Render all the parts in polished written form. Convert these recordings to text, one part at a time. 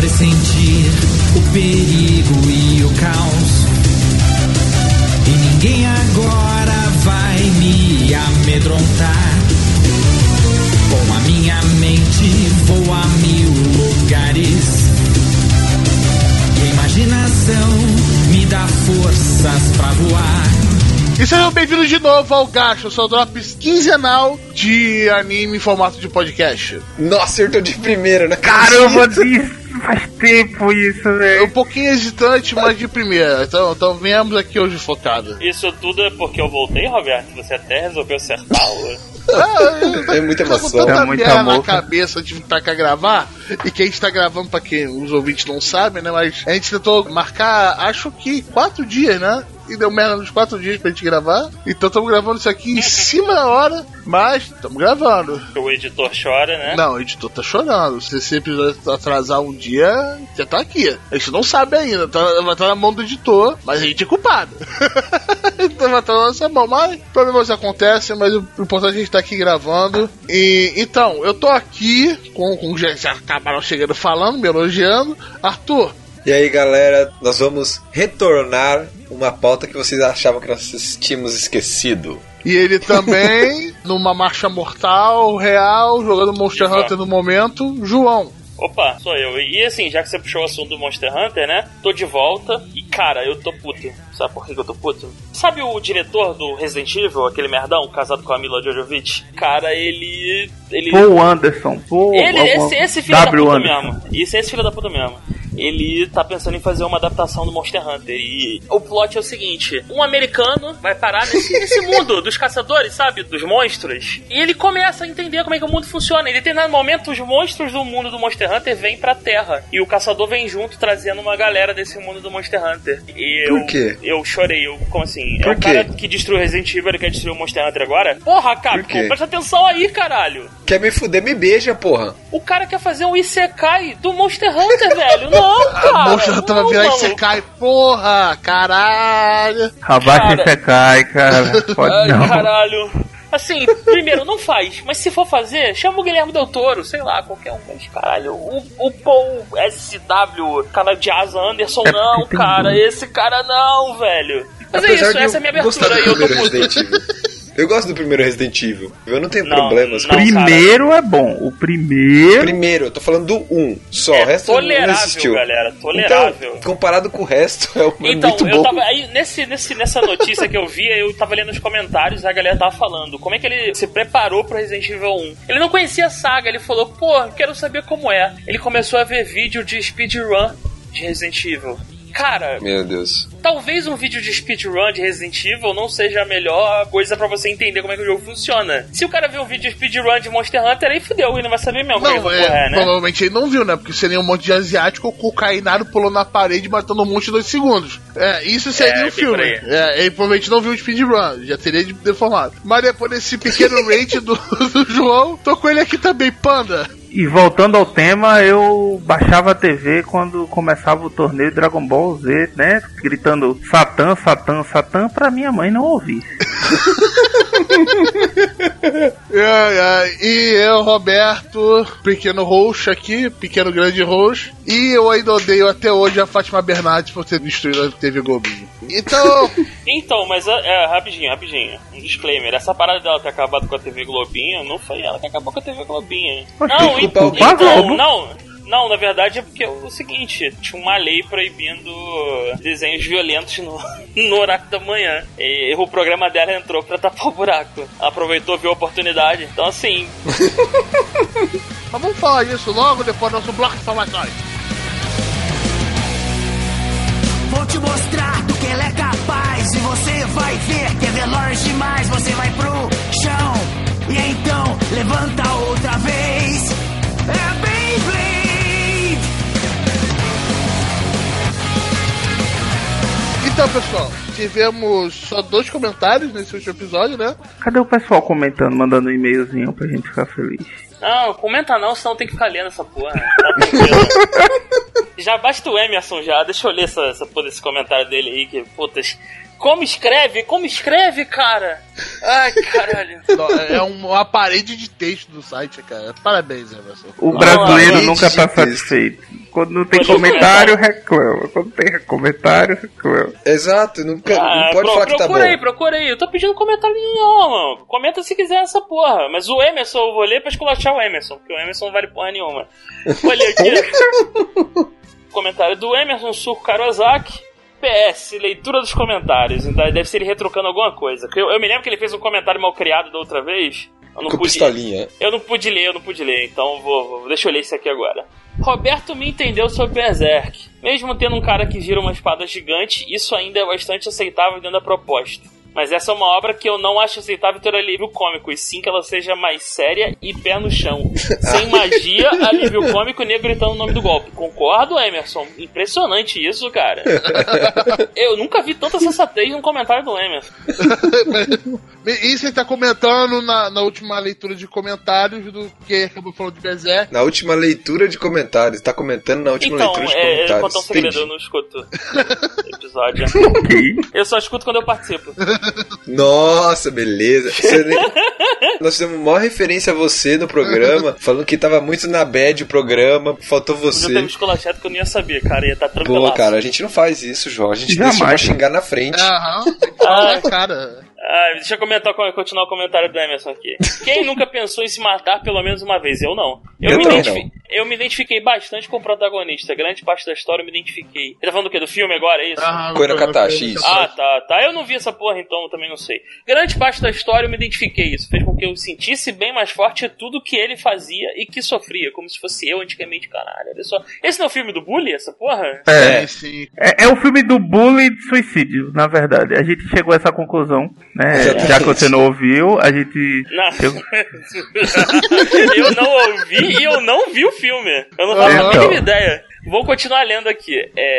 pressentir o perigo e o caos. E ninguém agora vai me amedrontar. Com a minha mente vou a 1000 lugares. E a imaginação me dá forças pra voar. E sejam bem-vindos de novo ao Gacho, seu drops quinzenal de anime em formato de podcast. Nossa, acertou de primeira, né? Caramba, faz tempo isso, velho. É um pouquinho hesitante, mas de primeira. Então viemos aqui hoje focado. Isso tudo é porque eu voltei, Roberto? Você até resolveu acertá-lo? É muita emoção. Tanta muita merda na moça. cabeça de estar cá gravar. E que a gente tá gravando, pra quem os ouvintes não sabem, né? Mas a gente tentou marcar, acho que 4 dias, né? E deu merda nos 4 dias pra gente gravar. Então estamos gravando isso aqui em cima da hora. Mas estamos gravando. O editor chora, né? Não, o editor tá chorando. Se esse episódio atrasar um dia, já tá aqui. A gente não sabe ainda. Vai estar na mão do editor, mas a gente é culpado. Então vai estar na nossa mão. Mas problemas acontecem, mas o importante é a gente estar aqui gravando. E então, eu tô aqui com já acabaram chegando falando, me elogiando. Arthur. E aí, galera, nós vamos retornar uma pauta que vocês achavam que nós tínhamos esquecido. E ele também, numa marcha mortal, real, jogando Monster Hunter no momento, João. Opa, sou eu. E assim, já que você puxou o assunto do Monster Hunter, né? Tô de volta e, cara, eu tô puto. Sabe por que eu tô puto? Sabe o diretor do Resident Evil, aquele merdão, casado com a Mila Jovovich? Cara, ele... Paul Anderson. Esse filho da puta mesmo. Esse filho da puta mesmo. Ele tá pensando em fazer uma adaptação do Monster Hunter. E o plot é o seguinte: um americano vai parar nesse mundo dos caçadores, sabe? Dos monstros. E ele começa a entender como é que o mundo funciona. Em determinado momento, os monstros do mundo do Monster Hunter vêm pra Terra. E o caçador vem junto, trazendo uma galera desse mundo do Monster Hunter. E Por quê? Eu chorei. Como assim? Por é o quê? cara que destruiu Resident Evil, ele quer destruir o Monster Hunter agora? Porra, Capcom, presta atenção aí, caralho. Quer me fuder, me beija, porra. O cara quer fazer um Isekai do Monster Hunter, velho. Não, cara. A Monster Hunter vai virar e você cai, porra, caralho. Abaixa e você cai, cara. Pode Ai, não. caralho. Assim, primeiro, não faz. Mas se for fazer, chama o Guilherme Del Toro, sei lá, qualquer um. Mas, caralho, o Paul SW, cara de Asa Anderson, não, cara. Esse cara não, velho. Mas Apesar é isso, de essa é a minha gostar abertura do aí, eu tô primeiro puto. Resident Evil. Eu gosto do primeiro Resident Evil. Eu não tenho Não, problemas. não. Primeiro é bom. O primeiro... Primeiro, eu tô falando do 1 só. É O resto não tolerável, existiu. galera, tolerável. Então, comparado com o resto, é Então, muito eu bom. tava aí nessa notícia que eu vi, eu tava lendo os comentários e a galera tava falando como é que ele se preparou pro Resident Evil 1. Ele não conhecia a saga, ele falou, pô, quero saber como é. Ele começou a ver vídeo de speedrun de Resident Evil. Cara, Meu Deus. talvez um vídeo de speedrun de Resident Evil não seja a melhor coisa pra você entender como é que o jogo funciona. Se o cara ver um vídeo de speedrun de Monster Hunter, aí fudeu, ele não vai saber mesmo Não, como é que porra é, né? provavelmente ele não viu, né? Porque seria um monte de asiático cocainado pulando na parede matando um monte em 2 segundos. Isso seria É, um filme. por aí. Ele provavelmente não viu o speedrun, já teria deformado. Mas depois desse pequeno rate do João, tô com ele aqui também, Panda. E voltando ao tema, eu baixava a TV quando começava o torneio Dragon Ball Z, né? Gritando Satã, Satã, Satã, pra minha mãe não ouvir. E eu, Roberto, pequeno roxo aqui, pequeno grande roxo. E eu ainda odeio até hoje a Fátima Bernardes por ter destruído a TV Globinho. Então, mas rapidinho. Um disclaimer. Essa parada dela ter acabado com a TV Globinho, não foi ela que acabou com a TV Globinho. Não, na verdade é porque é o seguinte, tinha uma lei proibindo desenhos violentos no horário da manhã. E o programa dela entrou pra tapar o buraco. Ela aproveitou, viu a oportunidade. Então assim... Mas vamos falar disso logo depois do nosso bloco de informações. Vou te mostrar do que ela é capaz. E você vai ver que é veloz demais. Você vai pro chão e então levanta outra vez. É Beyblade. Então, pessoal, tivemos só 2 comentários nesse último episódio, né? Cadê o pessoal comentando, mandando um e-mailzinho pra gente ficar feliz? Não, comenta não, senão tem que ficar lendo essa porra. Tá tranquilo. Já basta o Emerson já, deixa eu ler esse comentário dele aí, que putas... Como escreve, cara? Ai, caralho. É uma parede de texto do site, cara. Parabéns, Emerson. O brasileiro nunca tá satisfeito. Quando não tem comentário, reclama. Quando tem comentário, reclama. Exato, não pode falar que tá bom. Procura aí. Eu tô pedindo comentário nenhum, mano. Comenta se quiser essa porra. Mas o Emerson, eu vou ler pra esculachar o Emerson, porque o Emerson não vale porra nenhuma. Olha aqui. Comentário do Emerson Suco Karozaki. PS, leitura dos comentários. Então deve ser ele retrocando alguma coisa. Eu me lembro que ele fez um comentário mal criado da outra vez. Pistolinha. Eu não pude ler, então deixa eu ler isso aqui agora. Roberto me entendeu sobre Berserk. Mesmo tendo um cara que gira uma espada gigante, isso ainda é bastante aceitável dentro da proposta. Mas essa é uma obra que eu não acho aceitável ter alívio cômico, e sim que ela seja mais séria e pé no chão. Sem magia, alívio cômico e nego gritando o nome do golpe. Concordo, Emerson? Impressionante isso, cara. Eu nunca vi tanta sensatez num comentário do Emerson. Isso ele tá comentando na última leitura de comentários do que acabou falando de Berserk. Na última leitura de comentários. Tá comentando na última leitura de comentários. Então, contar um segredo, eu não escuto episódio. Eu só escuto quando eu participo. Nossa, beleza. Nós fizemos uma maior referência a você no programa, falando que tava muito na bad o programa, faltou você. Eu tava esculachado que eu não ia saber, cara, ia estar tranquilo. Pô, cara, a gente não faz isso, João. A gente deixa pra xingar na frente. Cara. Deixa eu continuar o comentário do Emerson aqui. Quem nunca pensou em se matar pelo menos uma vez? Eu não. Eu me identifiquei bastante com o protagonista. Grande parte da história eu me identifiquei. Ele tá falando do quê? Do filme agora, é isso? Koino Katachi, isso. Tá. Eu não vi essa porra, então eu também não sei. Grande parte da história eu me identifiquei. Isso fez com que eu sentisse bem mais forte tudo que ele fazia e que sofria, como se fosse eu antigamente. Caralho, olha só. Esse não é o filme do Bully, essa porra? Sim. É o filme do Bully de suicídio, na verdade. A gente chegou a essa conclusão, né? Já que você não ouviu, a gente... Eu não ouvi e eu não vi o filme. Eu não faço a mínima ideia. Vou continuar lendo aqui.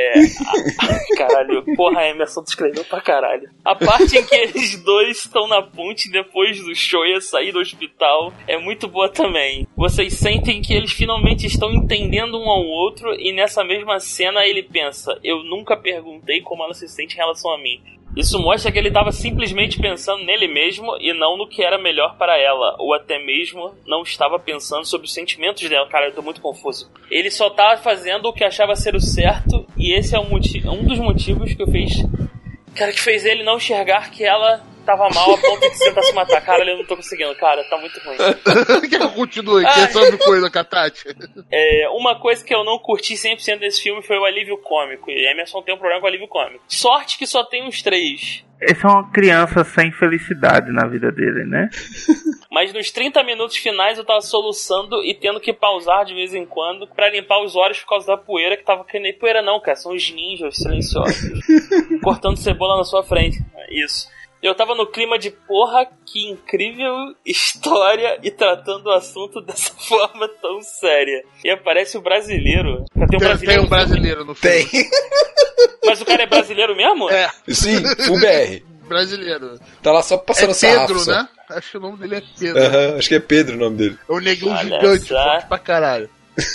Caralho, porra, Emerson escreveu pra caralho. A parte em que eles dois estão na ponte depois do Shoya sair do hospital é muito boa também. Vocês sentem que eles finalmente estão entendendo um ao outro, e nessa mesma cena ele pensa: eu nunca perguntei como ela se sente em relação a mim. Isso mostra que ele estava simplesmente pensando nele mesmo e não no que era melhor para ela, ou até mesmo não estava pensando sobre os sentimentos dela. Cara, eu tô muito confuso. Ele só estava fazendo o que achava ser o certo, e esse é um dos motivos que que fez ele não enxergar que ela tava mal a ponto de tentar se matar. Cara, eu não tô conseguindo, cara, tá muito ruim. Quer que eu continue? Que é sobre coisa, Katachi? Uma coisa que eu não curti 100% desse filme foi o alívio cômico. E Emerson tem um problema com o alívio cômico. Sorte que só tem uns 3. Esse é uma criança sem felicidade na vida dele, né? Mas nos 30 minutos finais eu tava soluçando e tendo que pausar de vez em quando pra limpar os olhos por causa da poeira, que tava... Que nem poeira não, cara, são os ninjas silenciosos cortando cebola na sua frente. Isso. Eu tava no clima de porra, que incrível história, e tratando o assunto dessa forma tão séria. E aparece o brasileiro. Tem um brasileiro no filme. Tem. Mas o cara é brasileiro mesmo? Sim, full BR. Brasileiro. Tá lá só passando Pedro, sarrafo, né? Acho que o nome dele é Pedro. Acho que é Pedro o nome dele. É um negão gigante, forte pra caralho.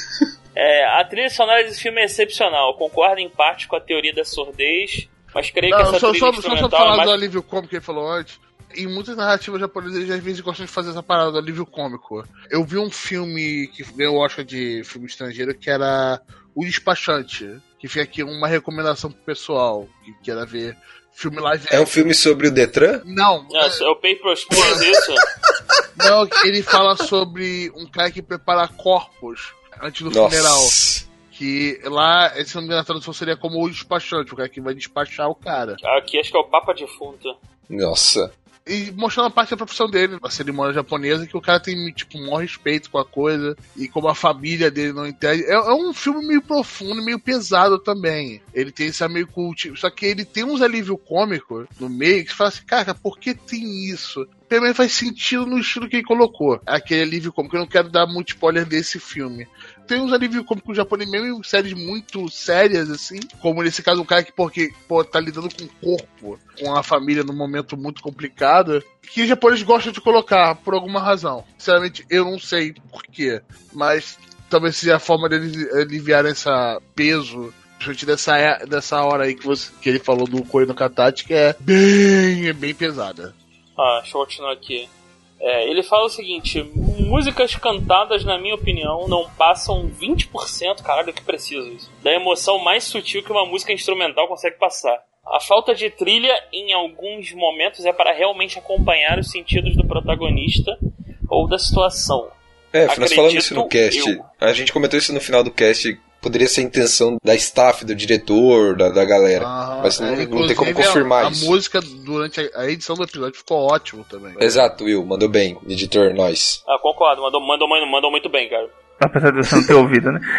A trilha sonora desse filme é excepcional. Concordo em parte com a teoria da surdez, mas creio que essa trilha instrumental só falar é mais... do alívio cômico que ele falou antes. Em muitas narrativas japonesas, às vezes gostam de fazer essa parada do alívio cômico. Eu vi um filme que ganhou o Oscar de filme estrangeiro, que era O Despachante, que fica aqui uma recomendação pro pessoal que queira ver filme live action. É um filme sobre o Detran? Não. É o Papers, Please, isso? Não, ele fala sobre um cara que prepara corpos antes do funeral. Que lá, se não me engano, a tradução seria como o despachante, o cara que vai despachar o cara. Aqui acho que é o Papa Defunto. Nossa. E mostrando a parte da profissão dele, na cerimônia japonesa, que o cara tem, tipo, um maior respeito com a coisa, e como a família dele não entende. É um filme meio profundo, meio pesado também. Ele tem esse meio culto, só que ele tem uns alívio cômico no meio, que você fala assim, cara, por que tem isso? Pelo menos faz sentido no estilo que ele colocou. Aquele alívio cômico, eu não quero dar muito spoiler desse filme. Tem uns alívio cômicos japoneses mesmo em séries muito sérias, assim. Como nesse caso, um cara que tá lidando com o corpo, com a família num momento muito complicado. Que os japoneses gostam de colocar, por alguma razão. Sinceramente, eu não sei porquê. Mas talvez seja a forma deles aliviarem esse peso. Principalmente dessa hora aí que ele falou do Koino Katachi, que é bem pesada. Deixa eu continuar aqui. Ele fala o seguinte: músicas cantadas, na minha opinião, não passam 20%, caralho, que preciso isso, da emoção mais sutil que uma música instrumental consegue passar. A falta de trilha, em alguns momentos, é para realmente acompanhar os sentidos do protagonista ou da situação. Nós falamos isso no cast. A gente comentou isso no final do cast. Poderia ser a intenção da staff, do diretor, da galera. Mas não tem como confirmar isso. A música durante a edição do episódio ficou ótimo também. Exato, Will. Mandou bem. Editor, nós. Concordo. Mandou muito bem, cara. Apesar de você não ter ouvido, né?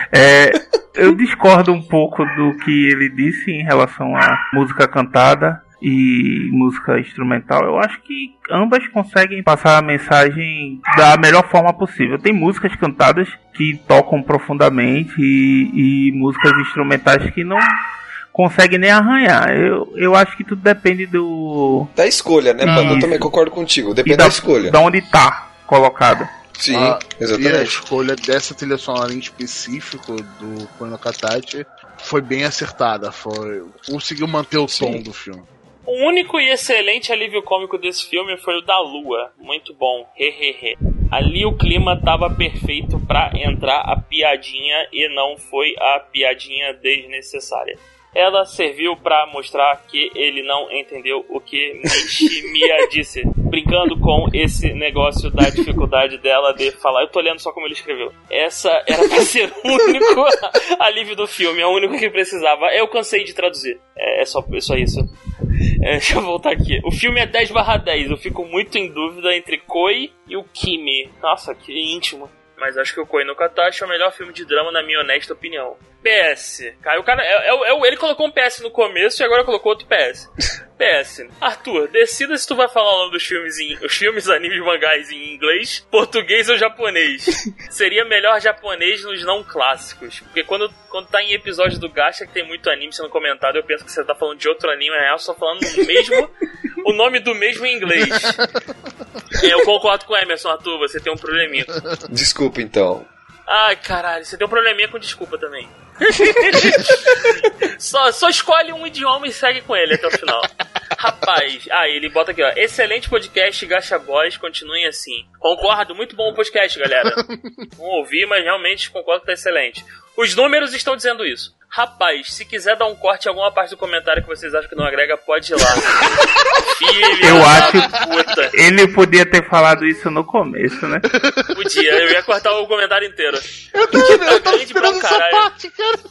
Eu discordo um pouco do que ele disse em relação à música cantada e música instrumental. Eu acho que ambas conseguem passar a mensagem da melhor forma possível. Tem músicas cantadas que tocam profundamente e músicas instrumentais que não conseguem nem arranhar. Eu acho que tudo depende da escolha, né, Panda? Eu também concordo contigo. Depende da escolha. Da onde tá colocado. Sim, exatamente. E a escolha dessa trilha sonora em específico do Koe no Katachi foi bem acertada. Conseguiu manter o tom do filme. O único e excelente alívio cômico desse filme foi o da Lua. Muito bom. Hehehe. Ali o clima tava perfeito pra entrar a piadinha e não foi a piadinha desnecessária. Ela serviu pra mostrar que ele não entendeu o que Nishimiya disse, brincando com esse negócio da dificuldade dela de falar. Eu tô lendo só como ele escreveu. Essa era pra ser o único alívio do filme, é o único que precisava. Eu cansei de traduzir. É só isso. Deixa eu voltar aqui. O filme é 10/10. Eu fico muito em dúvida entre Koe e o Kimi. Nossa, que íntimo. Mas acho que o Koe no Katachi é o melhor filme de drama, na minha honesta opinião. PS. Cara, o cara, ele colocou um PS no começo e agora colocou outro PS. PS. Arthur, decida se tu vai falar o nome dos filmes os filmes, animes, mangás em inglês, português ou japonês. Seria melhor japonês nos não clássicos. Porque quando tá em episódio do Gacha que tem muito anime sendo comentado, eu penso que você tá falando de outro anime, na real, só falando o nome do mesmo em inglês. Eu concordo com o Emerson, Arthur, você tem um probleminha. Desculpa, então. Ai, caralho, você tem um probleminha com desculpa também. só escolhe um idioma e segue com ele até o final. Rapaz, ele bota aqui, ó: excelente podcast, Gacha Boys, continuem assim. Concordo, muito bom o podcast, galera. Não ouvi, mas realmente concordo que tá excelente. Os números estão dizendo isso. Rapaz, se quiser dar um corte em alguma parte do comentário que vocês acham que não agrega, pode ir lá. Eu acho que ele podia ter falado isso no começo, né? Podia, eu ia cortar o comentário inteiro. Eu tô esperando essa parte, cara.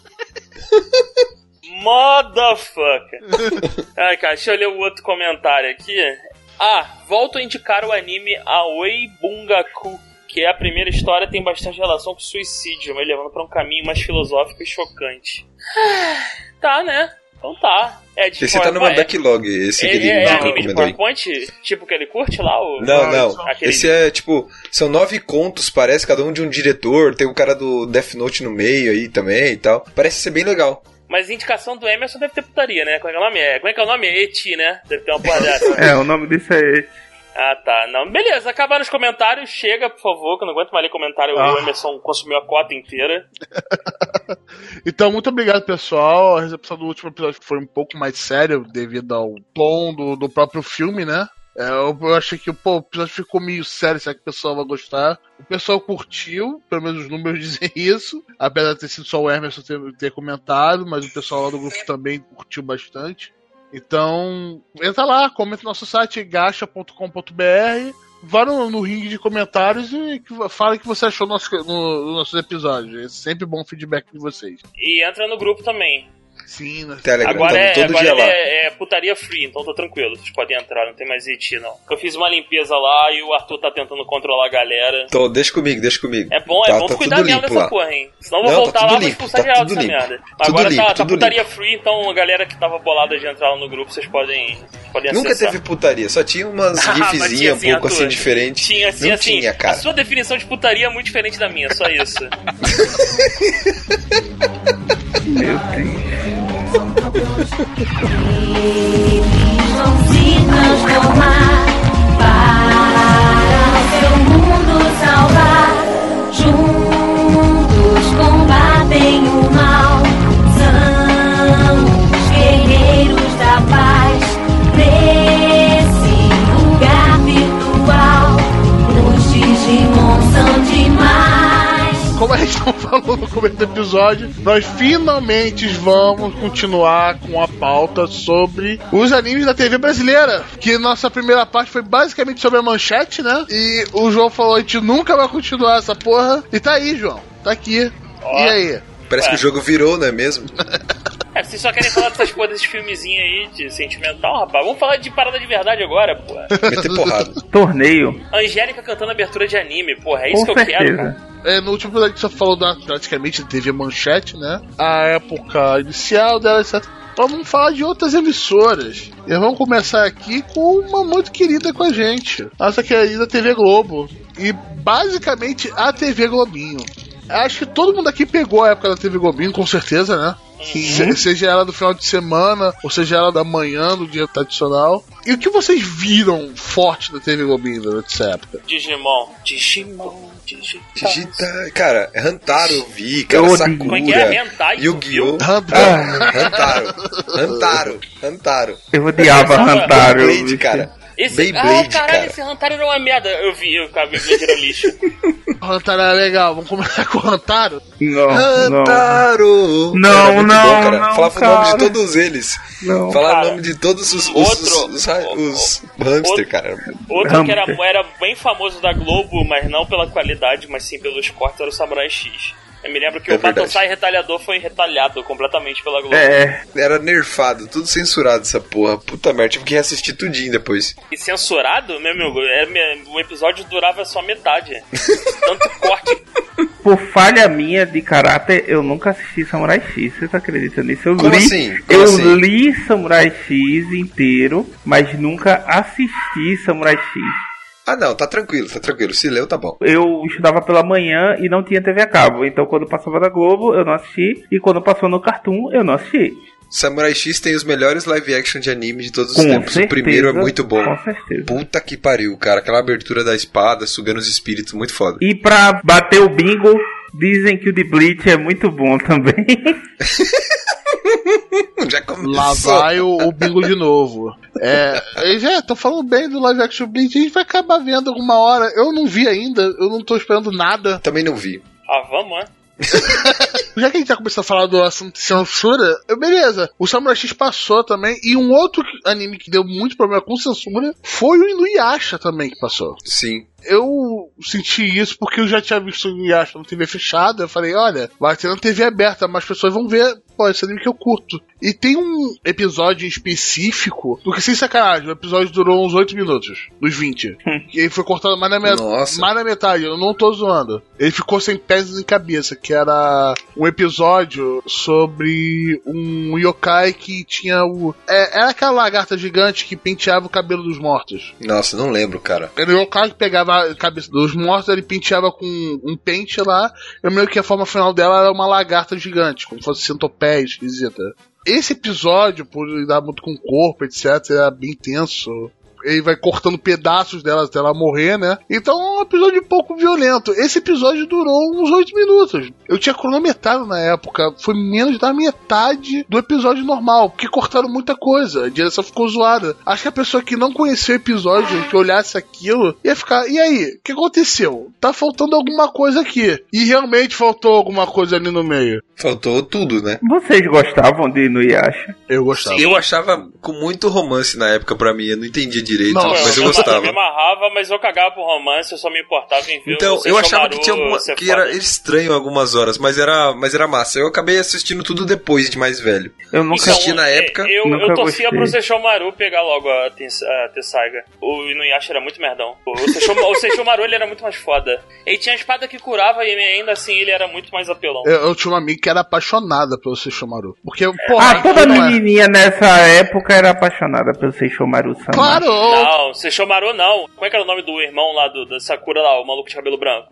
Motherfucker. Ai, cara, deixa eu ler o outro comentário aqui. Volto a indicar o anime Aoi Bungaku, que é a primeira história, tem bastante relação com suicídio, mas levando pra um caminho mais filosófico e chocante. Tá, né? Então tá. Esse tá numa backlog, esse que ele anime de PowerPoint? Tipo que ele curte lá? Não. Esse é tipo, são 9 contos, parece, cada um de um diretor. Tem um cara do Death Note no meio aí também e tal. Parece ser bem legal. Mas indicação do Emerson deve ter putaria, né? Como é que é o nome? Eti, né? Deve ter uma porra dessa. O nome disso é Eti. Tá. Não, beleza, acabaram os comentários. Chega, por favor, que eu não aguento mais ler comentário. O Emerson consumiu a cota inteira. Então, muito obrigado, pessoal. A recepção do último episódio foi um pouco mais séria devido ao tom do próprio filme, né? Eu achei que o episódio ficou meio sério. Será que o pessoal vai gostar? O pessoal curtiu, pelo menos os números dizem isso. Apesar de ter sido só o Emerson ter comentado, mas o pessoal lá do grupo também curtiu bastante. Então, entra lá, comenta no nosso site gacha.com.br, vá no ringue de comentários e fala o que você achou nos nossos episódios. É sempre bom o feedback de vocês. E entra no grupo também. Sim, né? Telegram, agora todo dia lá. É putaria free, então tô tranquilo, vocês podem entrar, não tem mais ET não. Eu fiz uma limpeza lá e o Arthur tá tentando controlar a galera. Então, deixa comigo. É bom cuidar mesmo dessa lá. Porra, hein? Senão eu vou voltar lá e vou expulsar geral dessa merda. Agora tá putaria free, então a galera que tava bolada de entrar lá no grupo, vocês podem acessar. Nunca teve putaria, só tinha umas gifzinhas um pouco assim diferentes. Tinha, cara. A sua definição de putaria é muito diferente da minha, só isso. Meu Deus. Eles vão se transformar para o seu mundo salvar. Juntos combatem o mal. São os guerreiros da paz. Nesse lugar virtual no começo do episódio, nós finalmente vamos continuar com a pauta sobre os animes da TV brasileira. Que nossa primeira parte foi basicamente sobre a Manchete, né? E o João falou, a gente nunca vai continuar essa porra. E tá aí, João. Tá aqui. Ó, e aí? Parece que o jogo virou, não é mesmo? Vocês só querem falar dessas porra desses filmezinhos aí de sentimental, rapaz. Vamos falar de parada de verdade agora, porra. Meter porrada. Torneio. Angélica cantando abertura de anime, porra. É isso que eu quero, cara. No último episódio você falou praticamente da TV Manchete, né? A época inicial dela, etc. Vamos falar de outras emissoras. E vamos começar aqui com uma muito querida com a gente. Nossa querida TV Globo. E basicamente a TV Globinho. Acho que todo mundo aqui pegou a época da TV Globinho, com certeza, né? Seja ela do final de semana, ou seja ela da manhã, do dia tradicional. E o que vocês viram forte da TV Globinho durante essa época? Digimon. Cara, Hantaro eu vi, cara, Sakura. Como é que é? Hentai? Yu-Gi-Oh! Hantaro. Eu odiava Hantaro. Beyblade, cara. Beyblade, caralho, esse Hantaro era uma merda. Eu vi, o Beyblade era lixo. O Hantaro era legal, vamos começar com o Hantaro? Hantaro! Não. Falava o nome de todos eles. Falava o nome de todos os hamster, cara. Outro que era bem famoso da Globo, mas não pela qualidade, mas sim pelos cortes, era o Samurai X. Eu me lembro que o Batosai Retalhador foi retalhado completamente pela Globo. Era nerfado, tudo censurado essa porra. Puta merda, tive que reassistir tudinho depois. E censurado, meu amigo, o episódio durava só metade. Tanto corte. Por falha minha de caráter, eu nunca assisti Samurai X. Vocês acreditam nisso? Eu li Samurai X inteiro, mas nunca assisti Samurai X. Ah, não, tá tranquilo. Se leu, tá bom. Eu estudava pela manhã e não tinha TV a cabo. Então, quando passava da Globo, eu não assisti. E quando passou no Cartoon, eu não assisti. Samurai X tem os melhores live action de anime de todos os tempos. O primeiro é muito bom. Com certeza. Puta que pariu, cara. Aquela abertura da espada, sugando os espíritos, muito foda. E pra bater o bingo, dizem que o de Bleach é muito bom também. Já começou. Lá vai o bingo de novo. Tô falando bem do live action Bleach. A gente vai acabar vendo alguma hora. Eu não vi ainda, eu não tô esperando nada. Também não vi. Vamos, né? Já que a gente já começou a falar do assunto de censura, beleza. O Samurai X passou também. E um outro anime que deu muito problema com censura foi o Inuyasha também que passou. Sim. Eu senti isso porque eu já tinha visto o Inuyasha na TV fechada. Eu falei, olha, vai ter na TV aberta, mas as pessoas vão ver, esse anime que eu curto. E tem um episódio específico, porque sem sacanagem, o episódio durou uns 8 minutos, dos 20. E ele foi cortado mais na metade, eu não tô zoando. Ele ficou sem pés nem cabeça, que era um episódio sobre um yokai que tinha era aquela lagarta gigante que penteava o cabelo dos mortos. Nossa, não lembro, cara. Era um yokai que pegava a cabeça dos mortos, ele penteava com um pente lá. Eu lembro que a forma final dela era uma lagarta gigante, como se fosse centopeia esquisita. Esse episódio, por lidar muito com o corpo, etc., era bem tenso. Ele vai cortando pedaços dela até ela morrer, né? Então é um episódio um pouco violento. Esse episódio durou uns 8 minutos. Eu tinha cronometrado na época. Foi menos da metade do episódio normal, porque cortaram muita coisa. A direção ficou zoada. Acho que a pessoa que não conhecia o episódio, que olhasse aquilo, ia ficar, e aí? O que aconteceu? Tá faltando alguma coisa aqui. E realmente faltou alguma coisa ali no meio. Faltou tudo, né? Vocês gostavam de Inuyasha? Eu gostava. Sim. Eu achava com muito romance na época pra mim. Eu não entendia direito, mas eu gostava. Eu me amarrava, mas eu cagava por romance, eu só me importava em ver. Então, eu achava que tinha que era estranho algumas horas, mas era massa. Eu acabei assistindo tudo depois de mais velho. Eu nunca assisti na época. Eu torcia pro Seishomaru pegar logo a Tessaiga. O Inuyasha era muito merdão. O Seishomaru ele era muito mais foda. Ele tinha a espada que curava e ainda assim ele era muito mais apelão. Eu tinha uma amiga que era apaixonada pelo Seishomaru. Porque, porra, toda menininha nessa época era apaixonada pelo Seishomaru-sama. Claro! Não, Seishomaru não. Como é que era o nome do irmão lá da Sakura lá, o maluco de cabelo branco?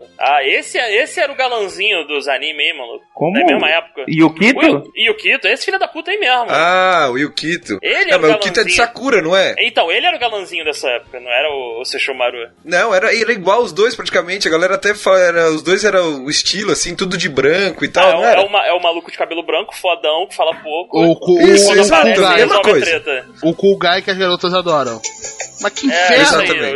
Esse era o galãzinho dos anime, hein, maluco? Como? Da mesma época. Yukito? Yukito, esse filho da puta aí mesmo. Ah, o Yukito. Ele era o mas o Yukito é de Sakura, não é? Então, ele era o galãzinho dessa época, não era o Seishomaru. Não, era igual os dois praticamente. A galera até fala, os dois eram o estilo, assim, tudo de branco e tal, é o maluco de cabelo branco, fodão, que fala pouco. Mesma coisa. O cool guy que as garotas adoram. Mas que inferno! Exatamente.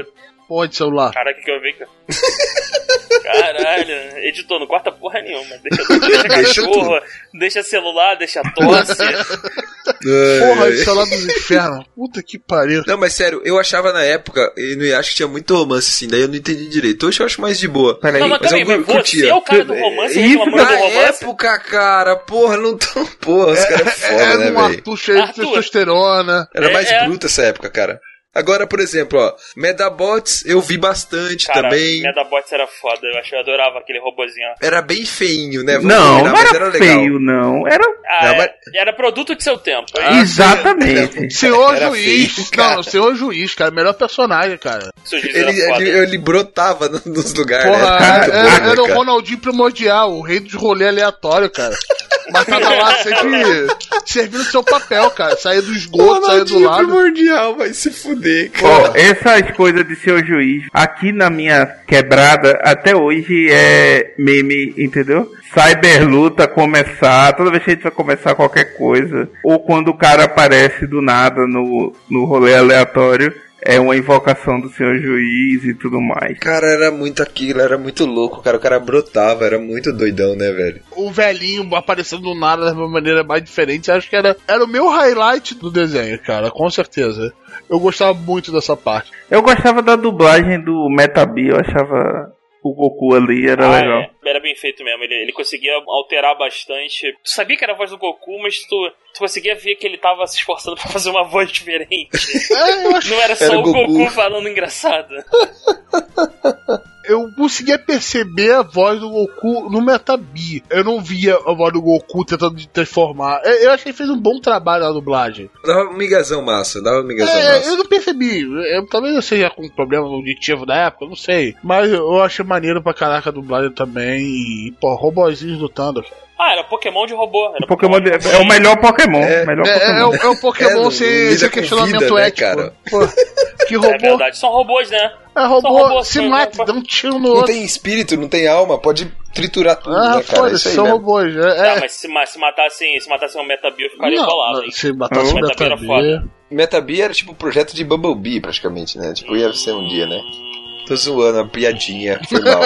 porra de celular. Caraca, que eu vi, cara. Caralho, editor, não corta porra nenhuma. Deixa cachorro, deixa celular, deixa tosse. Porra, de celular dos infernos. Puta que pariu. Não, mas sério, eu achava na época, e acho que tinha muito romance assim, daí eu não entendi direito. Hoje eu acho mais de boa. Não, mas também, mas você é o cara do romance, reclamando do romance. Na época, cara, porra, não tão... Porra, os caras é foda, né, velho? Era um Arthur cheio de testosterona. Era mais bruto essa época, cara. Agora, por exemplo, ó, Medabots eu vi bastante, cara, também. Medabots era foda, eu adorava aquele robozinho. Era bem feinho, né? Não era feio, não. Era produto de seu tempo. Exatamente. Senhor Juiz. Não, Senhor Juiz, cara, melhor personagem, cara. Ele brotava nos lugares. Porra, era o Ronaldinho Primordial, o rei dos rolês aleatórios, cara. Mas tava lá sempre servindo seu papel, cara. Sair do esgoto, sair do lado. Primordial, vai se fuder, cara. Essas coisas de Seu Juiz, aqui na minha quebrada, até hoje é meme, entendeu? Cyberluta começar, toda vez que a gente vai começar qualquer coisa, ou quando o cara aparece do nada no rolê aleatório, é uma invocação do Senhor Juiz e tudo mais. Cara, era muito aquilo, era muito louco, cara. O cara brotava, era muito doidão, né, velho? O velhinho aparecendo do nada de uma maneira mais diferente, acho que era o meu highlight do desenho, cara, com certeza. Eu gostava muito dessa parte. Eu gostava da dublagem do Metabee, eu achava... O Goku ali era legal. Era bem feito mesmo, ele conseguia alterar bastante. Tu sabia que era a voz do Goku, mas tu conseguia ver que ele tava se esforçando pra fazer uma voz diferente. Não era só o Goku falando engraçado. Eu conseguia perceber a voz do Goku no Metabee. Eu não via a voz do Goku tentando transformar. Eu achei que fez um bom trabalho na dublagem. Dava um migazão massa, Eu não percebi. Talvez eu seja com um problema auditivo da época, eu não sei. Mas eu achei maneiro pra caraca a dublagem também. E, pô, robozinhos lutando, cara. Era Pokémon de robô. É o melhor Pokémon. É o Pokémon sem questionamento vida, ético. Né, cara? Pô, que robô. É verdade, são robôs, né? Robô se mata, dá um tiro no outro. Não tem espírito, não tem alma, pode triturar tudo, né, cara? Foda, são robôs. Mas se matassem um Metabee, eu ficaria bolado, hein? Se matasse um Metabee... Metabee era tipo um projeto de Bumblebee, praticamente, né? Tipo, ia ser um dia, né? Tô zoando, a piadinha, foi mal.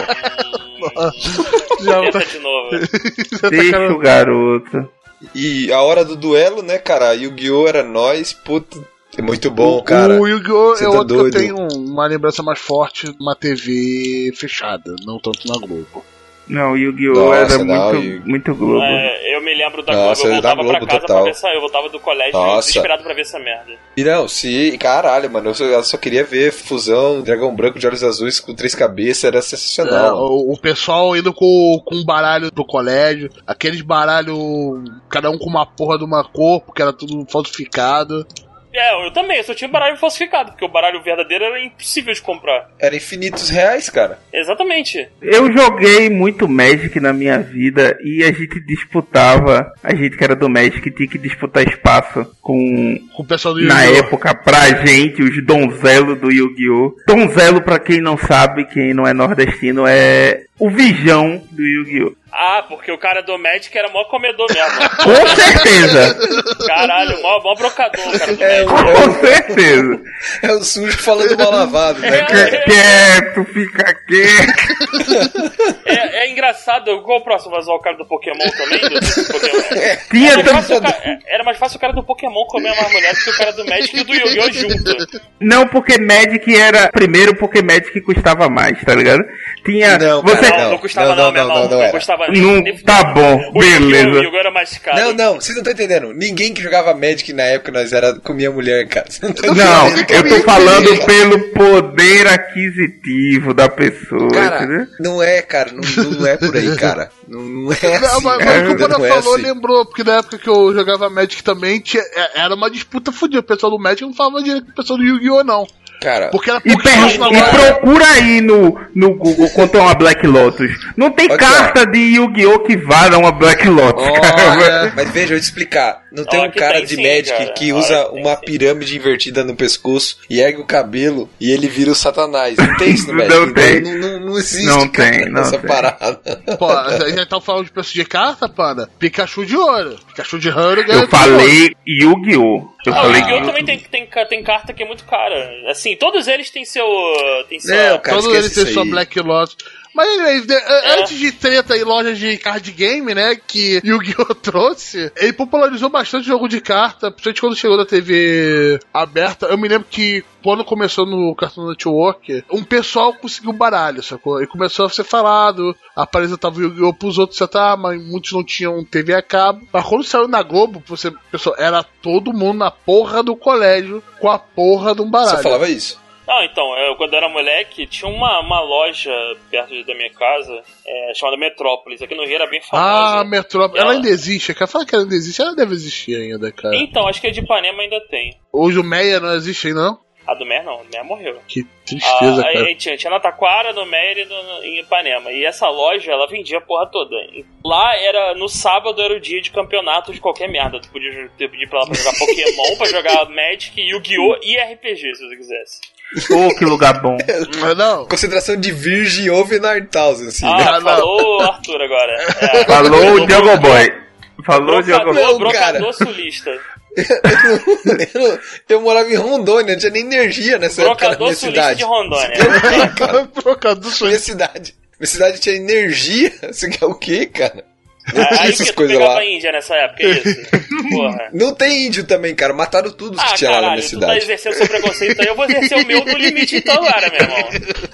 Tenta de novo. Deixa o garoto. E a hora do duelo, né, cara? Yu-Gi-Oh! Era nós, puta... É muito bom, cara. O Yu-Gi-Oh! É outro que eu tenho uma lembrança mais forte numa TV fechada, não tanto na Globo. Não, o Yu-Gi-Oh! Era muito Globo. Eu me lembro da Globo, eu voltava pra casa total. Pra ver essa... Eu voltava do colégio desesperado pra ver essa merda. E não, caralho, mano, eu só queria ver fusão, dragão branco de olhos azuis com 3 cabeças, era sensacional. O pessoal indo com um baralho pro colégio, aqueles baralhos, cada um com uma porra de uma cor, porque era tudo falsificado. Eu também, eu só tinha baralho falsificado, porque o baralho verdadeiro era impossível de comprar. Era infinitos reais, cara. Exatamente. Eu joguei muito Magic na minha vida e a gente disputava, a gente que era do Magic tinha que disputar espaço com o pessoal do Yu-Gi-Oh! Na época, pra gente, os donzelos do Yu-Gi-Oh! Donzelo, pra quem não sabe, quem não é nordestino, é o Vijão do Yu-Gi-Oh! Porque o cara do Magic era mó comedor mesmo. Com certeza! Caralho, mó brocador o cara do Magic. Com certeza! É o sujo falando mal lavado, né? Quieto, fica quieto. É engraçado, qual o próximo vai usar o cara do Pokémon também? Era mais fácil o cara do Pokémon comer mais mulher do que o cara do Magic e do Yu-Gi-Oh! Junto. Não, porque Magic era... Primeiro, porque Magic custava mais, tá ligado? Tinha... Não custava não, meu irmão. Não custava tá bom, beleza. O Yu-Gi-Oh! Era mais caro. Não, vocês não estão entendendo. Ninguém que jogava Magic na época nós comia mulher, cara. Não, eu tô falando pelo poder aquisitivo da pessoa, cara, entendeu? Não é, cara, não é por aí, cara. Não é assim. Mas o que o cara falou, lembrou, porque na época que eu jogava Magic também, era uma disputa fodida. O pessoal do Magic não falava direito com o pessoal do Yu-Gi-Oh! Não. Cara, porque era e procura aí no Google quanto é uma Black Lotus. Não tem carta de Yu-Gi-Oh! Que vale uma Black Lotus, cara. Mas veja, eu vou te explicar. Não tem um cara de Magic que usa uma pirâmide invertida no pescoço e ergue o cabelo e ele vira o Satanás. Não tem isso no Magic. Não tem. Não existe, não tem, essa parada. Pô, a gente tá falando de preço de carta, Panda? Pikachu de ouro. Pikachu de ouro ganha. Eu falei Yu-Gi-Oh! O Yu-Gi-Oh! Também tem carta que é muito cara. Assim, todos eles têm seu. Todos eles têm sua Black Lotus. Mas antes de treta em lojas de card game, né, que Yu-Gi-Oh! Trouxe, ele popularizou bastante o jogo de carta, principalmente quando chegou na TV aberta. Eu me lembro que quando começou no Cartoon Network, um pessoal conseguiu baralho, sacou? E começou a ser falado, apresentava o Yu-Gi-Oh! Pros outros, mas muitos não tinham TV a cabo. Mas quando saiu na Globo, pessoal, era todo mundo na porra do colégio com a porra de um baralho. Você falava isso? Não, então, quando eu era moleque, tinha uma loja perto da minha casa, chamada Metrópolis. Aqui no Rio era bem famosa. Ah, Metrópolis. Ela ainda existe. Cara, fala que ela ainda existe. Ela deve existir ainda, cara. Então, acho que a de Ipanema ainda tem. Hoje o Meia não existe ainda, não? A do Meia não, o Meia morreu. Que tristeza, cara. Aí tinha na Taquara, no Meia e em Ipanema. E essa loja, ela vendia a porra toda. Lá no sábado era o dia de campeonato de qualquer merda. Tu podia pedir pra ela pra jogar Pokémon, pra jogar Magic, Yu-Gi-Oh! E RPG, se você quisesse. Que lugar bom. Não. Concentração de Virgem Over 9000, assim. Falou Arthur agora. Falou o Diogo Boy. Falou o Diogo Boy. Brocador sulista. Eu morava em Rondônia, não tinha nem energia nessa época na minha cidade. De Rondônia. Brocador sulista. Minha cidade tinha energia. Você quer o quê, cara? Não tinha essas coisas lá. Índia nessa época, é isso? Porra. Não tem índio também, cara. Mataram tudo que tinha lá na minha cidade. Tu tá exercendo seu preconceito aí, eu vou exercer o meu no limite então agora, meu irmão.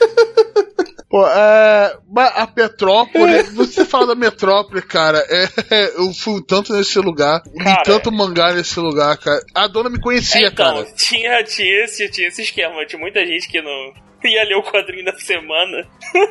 Pô, a Petrópolis, você fala da Metrópole, cara, eu fui tanto nesse lugar, li tanto mangá nesse lugar, cara. A dona me conhecia, cara. Tinha esse esquema, tinha muita gente que não ia ler o quadrinho da semana.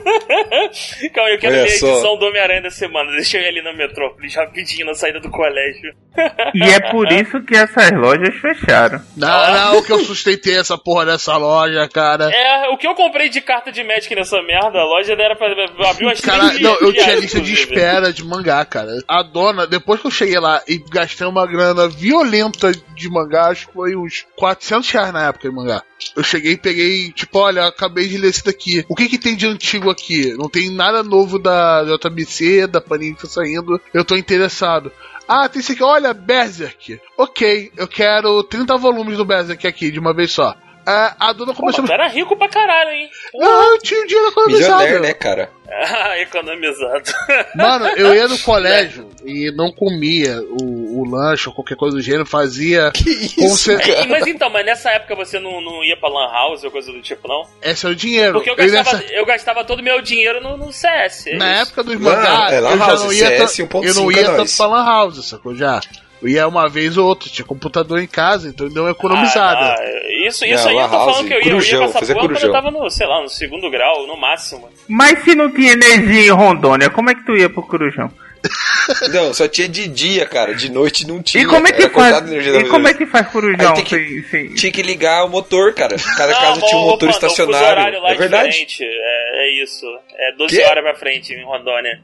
Calma, eu quero ler a edição do Homem-Aranha da semana. Deixa eu ir ali na Metrópolis rapidinho na saída do colégio. E é por isso que essas lojas fecharam. Não, que eu sustentei essa porra dessa loja, cara. O que eu comprei de carta de Magic nessa merda, a loja era pra abrir umas 3 dias. Não, eu tinha lista de espera de mangá, cara. A dona, depois que eu cheguei lá e gastei uma grana violenta de mangá, acho que foi uns R$400 na época de mangá. Eu cheguei e peguei, tipo, olha, acabei de ler isso daqui. O que tem de antigo aqui? Não tem nada novo da JBC, da Panini que tá saindo. Eu tô interessado. Tem isso aqui, olha, Berserk. Ok, eu quero 30 volumes do Berserk aqui, de uma vez só. A dona começou... Mas tu era rico pra caralho, hein? Não, eu tinha um dinheiro economizado. Milionaire, né, cara? Economizado. Mano, eu ia no colégio e não comia o lanche ou qualquer coisa do gênero, fazia... Que isso, cara? Mas nessa época você não ia pra Lan House ou coisa do tipo, não? Esse é o dinheiro. Porque eu gastava todo o meu dinheiro no CS. Na época dos mangás, eu já não ia tanto pra Lan House, sacou? Já. Eu ia uma vez ou outra, tinha computador em casa, então deu uma economizada. Isso aí eu tô falando que eu ia passar quando eu tava no segundo grau, no máximo. Mas se não tinha energia em Rondônia, como é que tu ia pro Corujão? Não, só tinha de dia, cara. De noite não tinha. E como é que faz Corujão? Tinha que ligar o motor, cara. Cada casa tinha um motor estacionário. Lá é verdade. Diferente. É isso. É 12 horas pra frente em Rondônia.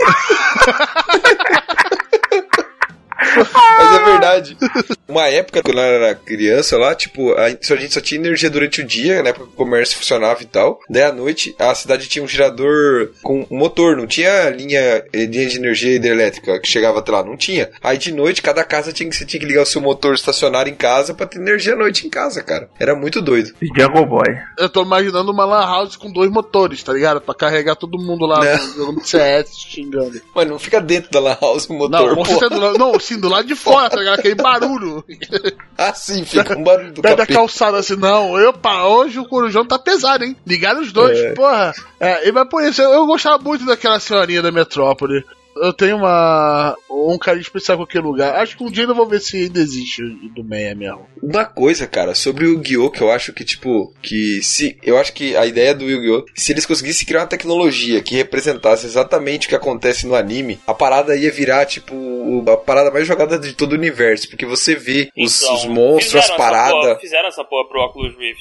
Mas é verdade. Uma época, quando eu era criança lá, tipo, a gente só tinha energia durante o dia, na época que o comércio funcionava e tal. Daí à noite, a cidade tinha um gerador com um motor, não tinha linha de energia hidrelétrica que chegava até lá, não tinha. Aí de noite, cada casa você tinha que ligar o seu motor estacionário em casa pra ter energia à noite em casa, cara. Era muito doido. Jungle Boy. Eu tô imaginando uma lan house com 2 motores, tá ligado? Pra carregar todo mundo lá jogando CS, xingando. Mas não fica dentro da lan house o motor, não, sim, do lado de fora, tá ligado? Aquele barulho. Sim, fica um barulho do capeta. Da calçada assim, não. Hoje o Corujão tá pesado, hein? Ligaram os dois, porra. Mas por isso, eu gostava muito daquela senhorinha da Metrópole. Eu tenho um carinho especial com aquele lugar. Acho que um dia eu vou ver se ainda existe do Meia mesmo. Uma coisa, cara, sobre o Yu-Gi-Oh! Que eu acho que, eu acho que a ideia do Yu-Gi-Oh! Se eles conseguissem criar uma tecnologia que representasse exatamente o que acontece no anime, a parada ia virar, a parada mais jogada de todo o universo. Porque você vê os monstros, as paradas. Fizeram essa porra pro Oculus Rift.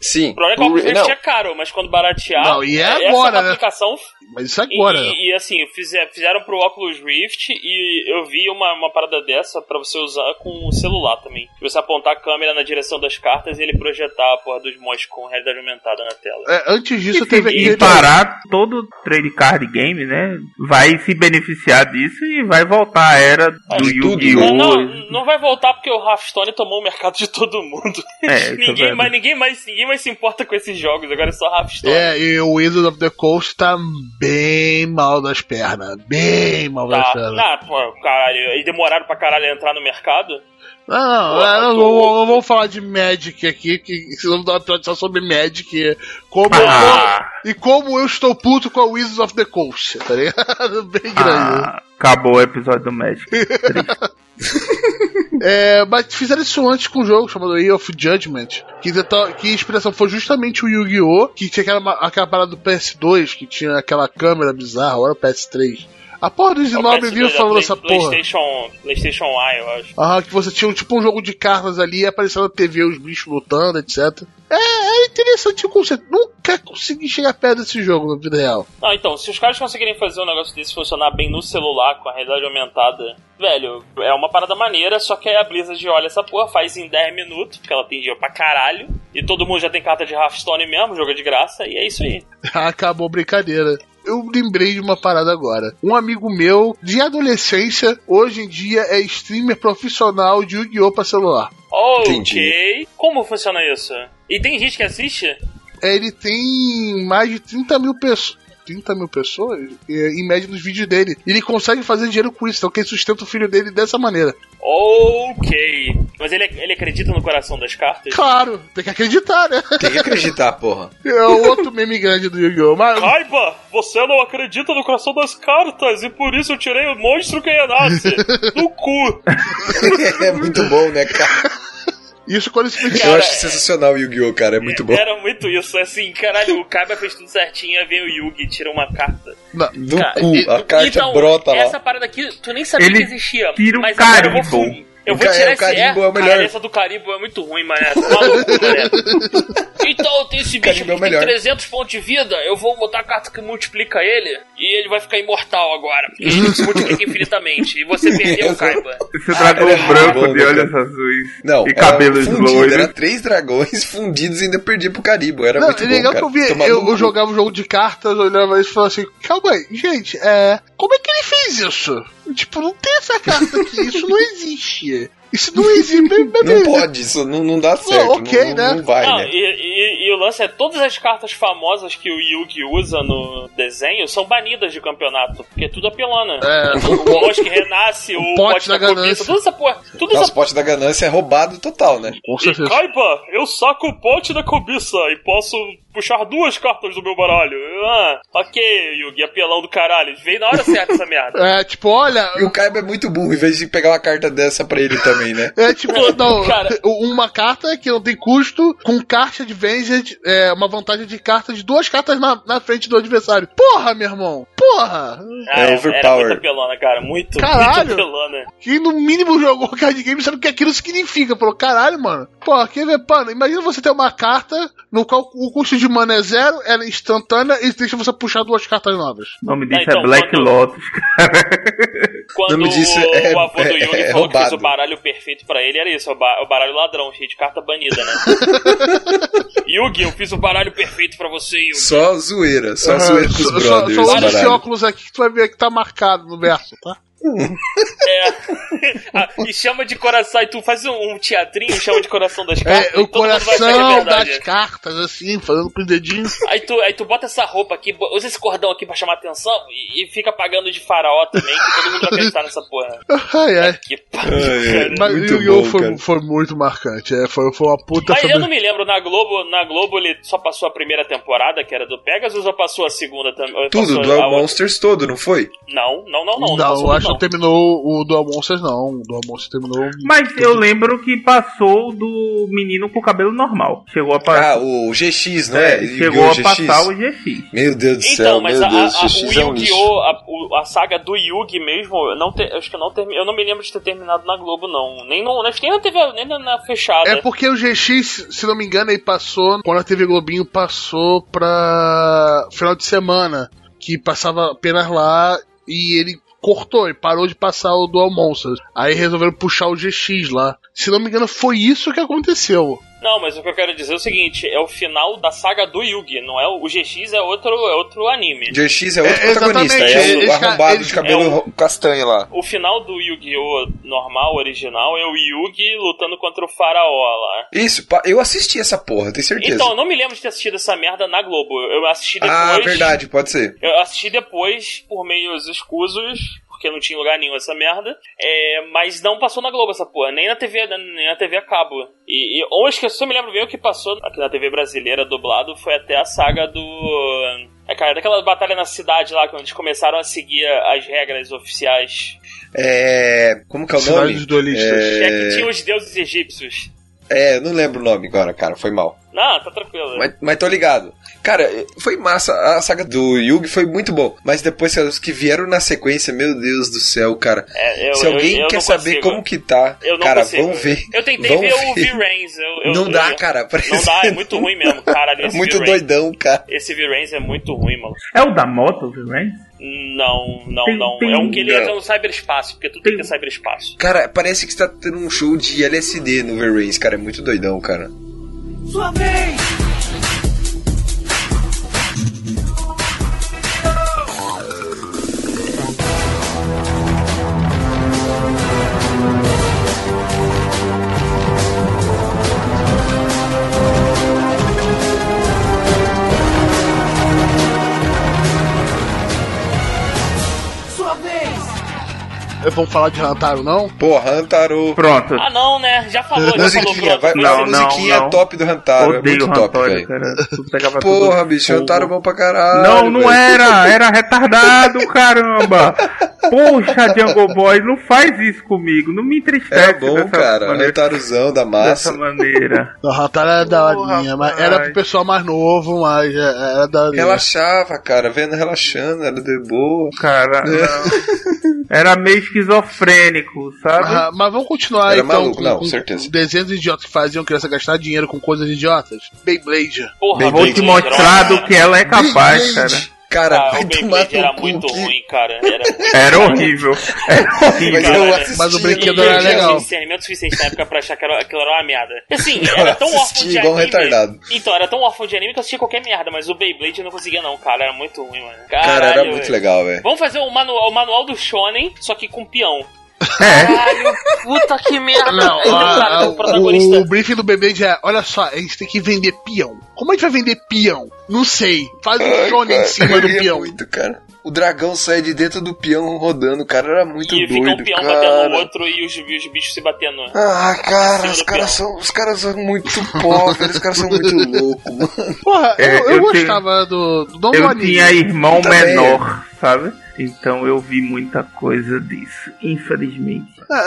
Sim. O problema é que o Oculus Rift é caro, mas quando baratear... Não, e é agora, essa aplicação... Mas isso é agora. E assim, fizeram pro Oculus Rift e eu vi uma parada dessa pra você usar com o celular também. Você apontar a câmera na direção das cartas e ele projetar a porra dos monstros com realidade aumentada na tela. Antes disso teve aquele... E parar todo trade card game, né? Vai se beneficiar disso e vai voltar a era do Yu-Gi-Oh! Não vai voltar porque o Hearthstone tomou o mercado de todo mundo. Ninguém mais se importa com esses jogos, agora é só Hearthstone. E o Wizards of the Coast tá bem mal das pernas. Bem mal das pernas. Caralho, eles demoraram pra caralho a entrar no mercado? Não vou falar de Magic aqui, que vocês vão dar uma episódio sobre Magic. Como eu estou puto com a Wizards of the Coast, tá ligado? Bem grande. Acabou o episódio do Magic. Mas fizeram isso antes com um jogo chamado Year of Judgment, que a inspiração foi justamente o Yu-Gi-Oh! Que tinha aquela parada do PS2, que tinha aquela câmera bizarra, agora o PS3. A porra do Zinobre viu falando essa porra. PlayStation Eye, eu acho. Que você tinha um jogo de cartas ali e aparecendo na TV os bichos lutando, etc. É interessante o conceito. Nunca consegui chegar perto desse jogo na vida real. Não, então, se os caras conseguirem fazer um negócio desse funcionar bem no celular, com a realidade aumentada, velho, é uma parada maneira, só que aí a Blizzard olha essa porra, faz em 10 minutos, porque ela tem dinheiro pra caralho, e todo mundo já tem carta de Hearthstone mesmo, jogo de graça, e é isso aí. Acabou a brincadeira. Eu lembrei de uma parada agora. Um amigo meu, de adolescência, hoje em dia é streamer profissional de Yu-Gi-Oh! Pra celular. Ok. Como funciona isso? E tem gente que assiste? Ele tem mais de 30 mil pessoas. 30 mil pessoas em média nos vídeos dele. E ele consegue fazer dinheiro com isso, então que ele sustenta o filho dele dessa maneira. Ok. Mas ele acredita no coração das cartas? Claro, tem que acreditar, né? Tem que acreditar, porra. É o outro meme grande do Yu-Gi-Oh! Kaiba, você não acredita no coração das cartas e por isso eu tirei o monstro que renasce. No cu. É muito bom, né, cara? Isso quando se Eu acho sensacional o Yu-Gi-Oh, cara, é muito bom. Era muito isso, assim, caralho, o Kaiba fez tudo certinho, aí vem o Yugi e tira uma carta. Do cu, a carta então, brota lá. Essa parada aqui, tu nem sabia que existia. Tira mas agora eu vou tirar esse é o melhor. Essa do Carimbo é muito ruim, mané. Maluco, mané. Então, tem esse bicho que tem 300 pontos de vida, eu vou botar a carta que multiplica ele, e ele vai ficar imortal agora. Porque ele se multiplica infinitamente, e você perdeu o Kaiba. Esse dragão branco de olhos azuis e cabelos loiros. Era 3 dragões fundidos e ainda perdi pro Carimbo. Era muito bom, legal cara. Que eu jogava um jogo de cartas, olhava isso e falava assim, calma aí, gente, como é que ele fez isso? Tipo, não tem essa carta aqui, isso não existe. Isso não existe. Não pode, isso não dá certo. Não vai, né? E o lance é, todas as cartas famosas que o Yugi usa no desenho são banidas de campeonato, porque é tudo apelona. O monstro que renasce, o pote da ganância, toda essa porra. O pote da ganância é roubado total, né? E Kaiba, eu saco o pote da cobiça e posso puxar 2 cartas do meu baralho. Ok, Yugi, apelão do caralho. Veio na hora certa essa merda. Tipo, olha... E o Kaiba é muito burro, em vez de pegar uma carta dessa pra ele também, né? Não, cara, uma carta que não tem custo, com caixa de Venged, uma vantagem de carta de 2 cartas na frente do adversário. Porra, meu irmão! Porra! Overpower. Era muito apelona, cara. Muito apelona. Quem no mínimo jogou card game sabe o que aquilo significa. Falou, caralho, mano. Porra, quer ver, pano? Imagina você ter uma carta no qual o custo de mana é 0, ela é instantânea e deixa você puxar 2 cartas novas. O nome disso é Black Lotus. Quando o avô do Yugi falou que fez o baralho perfeito pra ele, era isso, o baralho ladrão, cheio de carta banida, né? Yugi, eu fiz o baralho perfeito pra você, Yugi. Só zoeira com os brothers. Só olha esse óculos aqui que tu vai ver que tá marcado no verso, tá? E chama de coração, e tu faz um teatrinho, chama de coração das cartas. O coração das cartas, assim, fazendo com os dedinhos. Aí tu bota essa roupa aqui, usa esse cordão aqui pra chamar atenção e fica pagando de faraó também, que todo mundo vai acreditar nessa porra. Que pariu, mas o Yu-Gi-Oh! Foi muito marcante, foi uma puta. Mas eu não me lembro, na Globo ele só passou a primeira temporada, que era do Pegasus, ou passou a segunda também? Tudo, Duel Monsters todo, não foi? Não eu acho não terminou o Dual Monsters, não. O Dual Monsters terminou... Mas eu lembro que passou do menino com cabelo normal. Chegou a passar... o GX, não é? Chegou a passar o GX. Meu Deus do céu, então, mas meu Deus, GX é um lixo. a saga do Yugi mesmo, acho que eu não me lembro de ter terminado na Globo, não. Acho que nem na TV, nem na fechada. É porque o GX, se não me engano, ele passou, quando a TV Globinho passou pra final de semana, que passava apenas lá, e ele cortou, ele parou de passar o Dual Monsters. Aí resolveram puxar o GX lá. Se não me engano, foi isso que aconteceu. Não, mas o que eu quero dizer é o seguinte, é o final da saga do Yugi, não é o GX é outro anime. O GX é outro protagonista, é o arrombado de cabelo castanho lá. O final do Yu-Gi-Oh! Normal, original, é o Yugi lutando contra o faraó lá. Isso, eu assisti essa porra, tenho certeza. Então, eu não me lembro de ter assistido essa merda na Globo, eu assisti depois... Ah, verdade, pode ser. Eu assisti depois, por meios escusos... porque não tinha lugar nenhum essa merda, mas não passou na Globo essa porra, nem na TV a cabo. E hoje que eu me lembro bem o que passou aqui na TV brasileira dublado foi até a saga do... cara, daquela batalha na cidade lá, quando eles começaram a seguir as regras oficiais. Como que é o nome? Dos duelistas. Que tinha os deuses egípcios. Eu não lembro o nome agora, cara, foi mal. Não, tá tranquilo. Mas tô ligado. Cara, foi massa, a saga do Yugi foi muito bom. Mas depois os que vieram na sequência, meu Deus do céu, cara. Se alguém quer saber como que tá, cara, vão ver. Eu tentei ver o V-Rains. Não dá, cara. Não dá, é muito ruim mesmo, caralho. É muito doidão, cara. Esse V-Rains é muito ruim, mano. É o da moto, o V-Rains? Não. É um que ele entra no cyberespaço, porque tudo tem que ter cyberespaço. Cara, parece que você tá tendo um show de LSD no V-Rains, cara. É muito doidão, cara. Sua vez! Vamos falar de Hantaro, não? Pô, Hantaro. Pronto. Ah, não, né? Já falou, musiquinha, pronto. Musiquinha é top do Hantaro. Odeio é muito top, velho. Porra, bicho, Hantaro é bom pra caralho. Não era retardado, caramba. Poxa, Jungle Boy, não faz isso comigo, não me entristece. É bom, cara, Hantarozão da massa. Dessa maneira. O Hantaro era da horinha, mas era pro pessoal mais novo, mas era da horinha. Relaxava, cara, vendo relaxando, era de boa. Cara, não. Era meio esquizofrênico, sabe? Mas vamos continuar era então maluco, com certeza. Desenhos idiotas que faziam criança gastar dinheiro com coisas idiotas. Beyblade. Porra, vou te mostrar do que ela é capaz, cara. Cara, o Beyblade era muito ruim, cara. Era horrível. Mas o brinquedo era legal. Eu tinha discernimento suficiente na época pra achar que aquilo era uma merda. Assim, era tão órfão de anime. Retardado. Então, era tão órfão de anime que eu assistia qualquer merda, mas o Beyblade eu não conseguia não, cara. Era muito ruim, mano. Cara, era muito legal, velho. Vamos fazer o manual do Shonen, só que com peão. Caralho, puta que merda. Não, o briefing do Beyblade é: olha só, a gente tem que vender peão. Como a gente vai vender peão? Não sei. Faz um shonen em cima do peão. Muito, cara. O dragão sai de dentro do peão rodando, cara, era muito doido, fica um peão cara. batendo no outro e os bichos se batendo. Ah, cara, os caras são muito pobres, os caras são muito loucos, mano. Porra, eu gostava do nome do anime. Eu tinha irmão menor, sabe? Então eu vi muita coisa disso, infelizmente.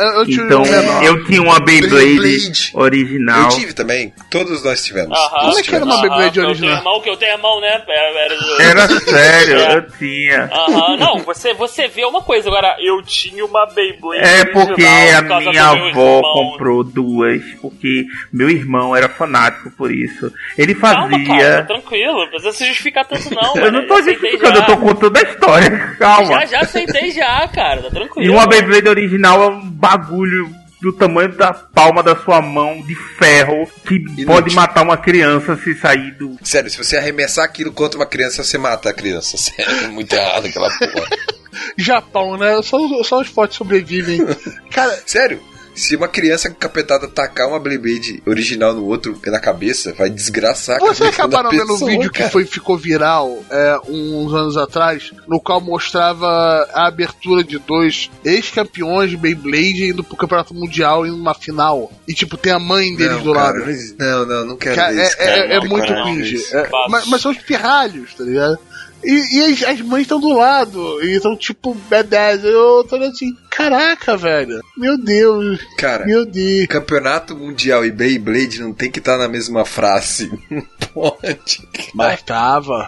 Eu tinha uma Beyblade original. Eu tive também, todos nós tivemos. Como é que era uma Beyblade original? Eu tenho irmão, né? Era sério, eu tinha. Não, você vê uma coisa, agora eu tinha uma Beyblade porque a minha avó comprou duas, porque meu irmão era fanático por isso. Ele fazia... Calma, cara, tranquilo, não precisa se justificar tanto não. Eu não tô justificando, eu tô contando a história, calma. Já aceitei já, cara, tá tranquilo. E uma Beyblade original é um bagulho do tamanho da palma da sua mão, de ferro, que pode matar uma criança se sair do... Sério, se você arremessar aquilo contra uma criança, você mata a criança. Sério, é muito errado aquela porra. Japão, né? Só os fortes sobrevivem. Cara, sério? Se uma criança capetada tacar uma Beyblade original no outro na cabeça, vai desgraçar a cabeça da pessoa. Vocês acabaram vendo um vídeo que ficou viral uns anos atrás, no qual mostrava a abertura de dois ex-campeões de Beyblade indo pro campeonato mundial em uma final. E tipo, tem a mãe deles do lado. Não quero ver isso, cara. É muito cringe. Mas são os pirralhos, tá ligado? E as mães estão do lado, e estão tipo B10. Eu tô assim, caraca, velho. Meu Deus. Cara, meu Deus. Campeonato Mundial e Beyblade não tem que estar na mesma frase. Pode. Mas tava.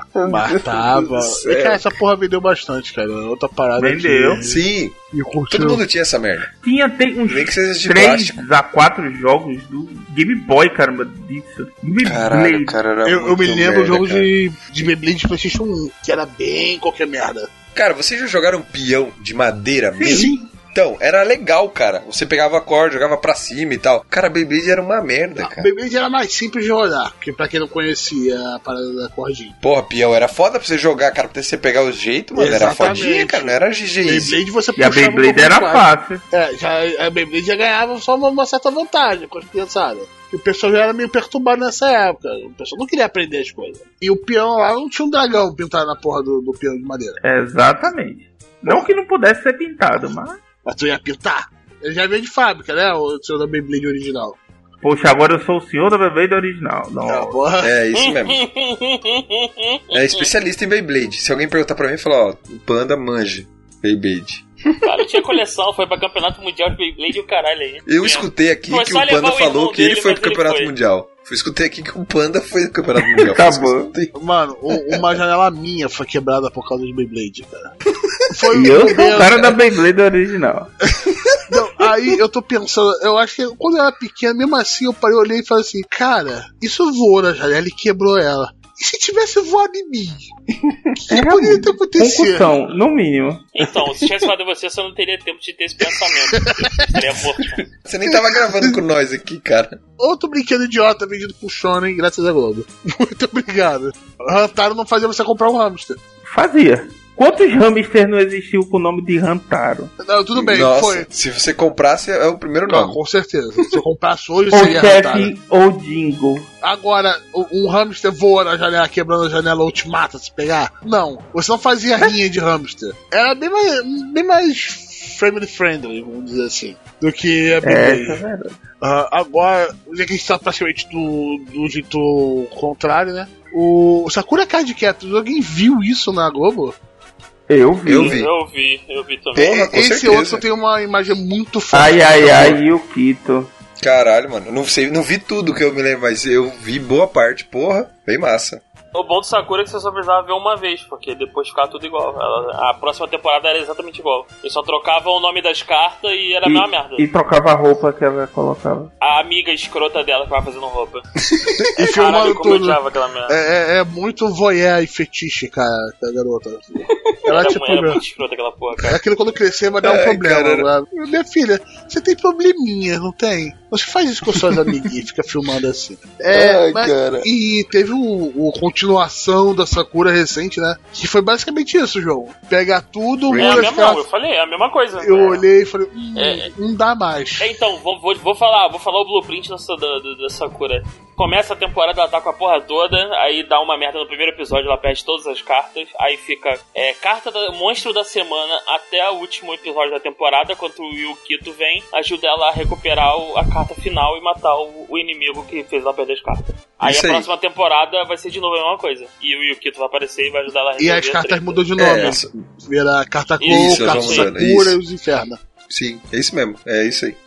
E, cara, essa porra vendeu bastante, cara. Outra parada. Vendeu. Sim. Todo mundo tinha essa merda. Tem uns nem que seja de 3 plástico. a 4 jogos do Game Boy, caramba, disso. Caralho, cara, era eu me lembro merda, do jogo cara. de Beyblade de PlayStation 1, que era bem qualquer merda. Cara, vocês já jogaram peão de madeira mesmo? Sim. Então, era legal, cara. Você pegava a corda, jogava pra cima e tal. Cara, Beyblade era uma merda, cara. Beyblade era mais simples de rodar, porque pra quem não conhecia a parada da cordinha. Porra, peão era foda pra você jogar, cara, pra você pegar o jeito, mano. Exatamente. Era fodinha, cara, não era GG isso. Beyblade você E a puxava Beyblade era fácil. A Beyblade já ganhava só uma certa vantagem com as criançadas. E o pessoal já era meio perturbado nessa época. O pessoal não queria aprender as coisas. E o peão lá não tinha um dragão pintado na porra do peão de madeira. Exatamente. Não que não pudesse ser pintado, mas tu ia pintar. Ele já veio de fábrica, né? O senhor da Beyblade original. Poxa, agora eu sou o senhor da Beyblade original. Não. Porra. É, isso mesmo. É especialista em Beyblade. Se alguém perguntar pra mim, fala, ó, o Panda manja Beyblade. Cara, tinha coleção, foi pra Campeonato Mundial de Beyblade e o caralho aí. Eu escutei aqui Foi que só o levar Panda o falou irmão que ele dele, foi mas pro ele Campeonato foi. Mundial. Escutei aqui que o Panda foi no Campeonato Mundial. Acabou. Mano, uma janela minha foi quebrada por causa de Beyblade, cara. E eu sou o cara da Beyblade original. Não, aí eu tô pensando, eu acho que quando eu era pequeno, mesmo assim eu parei, olhei e falei assim, cara, isso voou na janela e quebrou ela. E se tivesse voado em mim? O que poderia ter acontecido? Concussão, no mínimo. Então, se tivesse falado você não teria tempo de ter esse pensamento. Estaria morto. Você nem tava gravando com nós aqui, cara. Outro brinquedo idiota vendido pro Shonen, graças a Globo. Muito obrigado. Hantaro não fazia você comprar um hamster. Fazia. Quantos hamsters não existiu com o nome de Hantaro? Não, tudo bem, Nossa, foi. se você comprasse, é o primeiro Não, nome. com certeza. Se eu comprasse hoje, Ou seria Hantaro. chefe ou Dingo. Agora, um hamster voa na janela, quebrando a janela ou te mata se pegar? Não. Você não fazia rinha de hamster. Era bem mais family friendly, vamos dizer assim, do que a Beyblade. É verdade. Agora, já que a gente tá praticamente do jeito contrário, né? O Sakura Card Captors, alguém viu isso na Globo? Eu vi. Eu vi também. Porra, com Esse certeza. outro tem uma imagem muito forte. Ai, e o Kito. Caralho, mano. Não sei, não vi tudo que eu me lembro, mas eu vi boa parte. Porra, bem massa. O bom do Sakura é que você só precisava ver uma vez, porque depois ficava tudo igual. A próxima temporada era exatamente igual. Eles só trocavam o nome das cartas e era a mesma merda. E trocava a roupa que ela colocava. A amiga escrota dela que tava fazendo roupa. E filmando como eu tudo. odiava aquela merda. É muito voyeur e fetiche, cara, a garota. Ela Era, tipo, era muito escrota aquela porra, cara. aquilo quando crescer vai dar um problema. cara. Né? Minha filha, você tem probleminha, não tem? Você faz isso com suas amiguinhas e fica filmando assim. Ai, cara. E teve o continuação da Sakura recente, né? Que foi basicamente isso, João. Pega tudo, É a mesma, eu falei, é a mesma coisa. Eu olhei e falei, É. não dá mais. Então, vou falar o blueprint da Sakura. Começa a temporada, ela tá com a porra toda, aí dá uma merda no primeiro episódio, ela perde todas as cartas, aí fica carta do monstro da semana até o último episódio da temporada, quando o Yukito vem, ajuda ela a recuperar a carta final e matar o inimigo que fez ela perder as cartas. Aí Isso a aí. próxima temporada vai ser de novo a mesma coisa. E o Yukito vai aparecer e vai ajudar ela a E resolver as a cartas treta. mudam de nome. Vira carta Clow, Isso, carta vamos vendo, Sakura isso. e os infernos. Sim, é isso mesmo. É isso aí.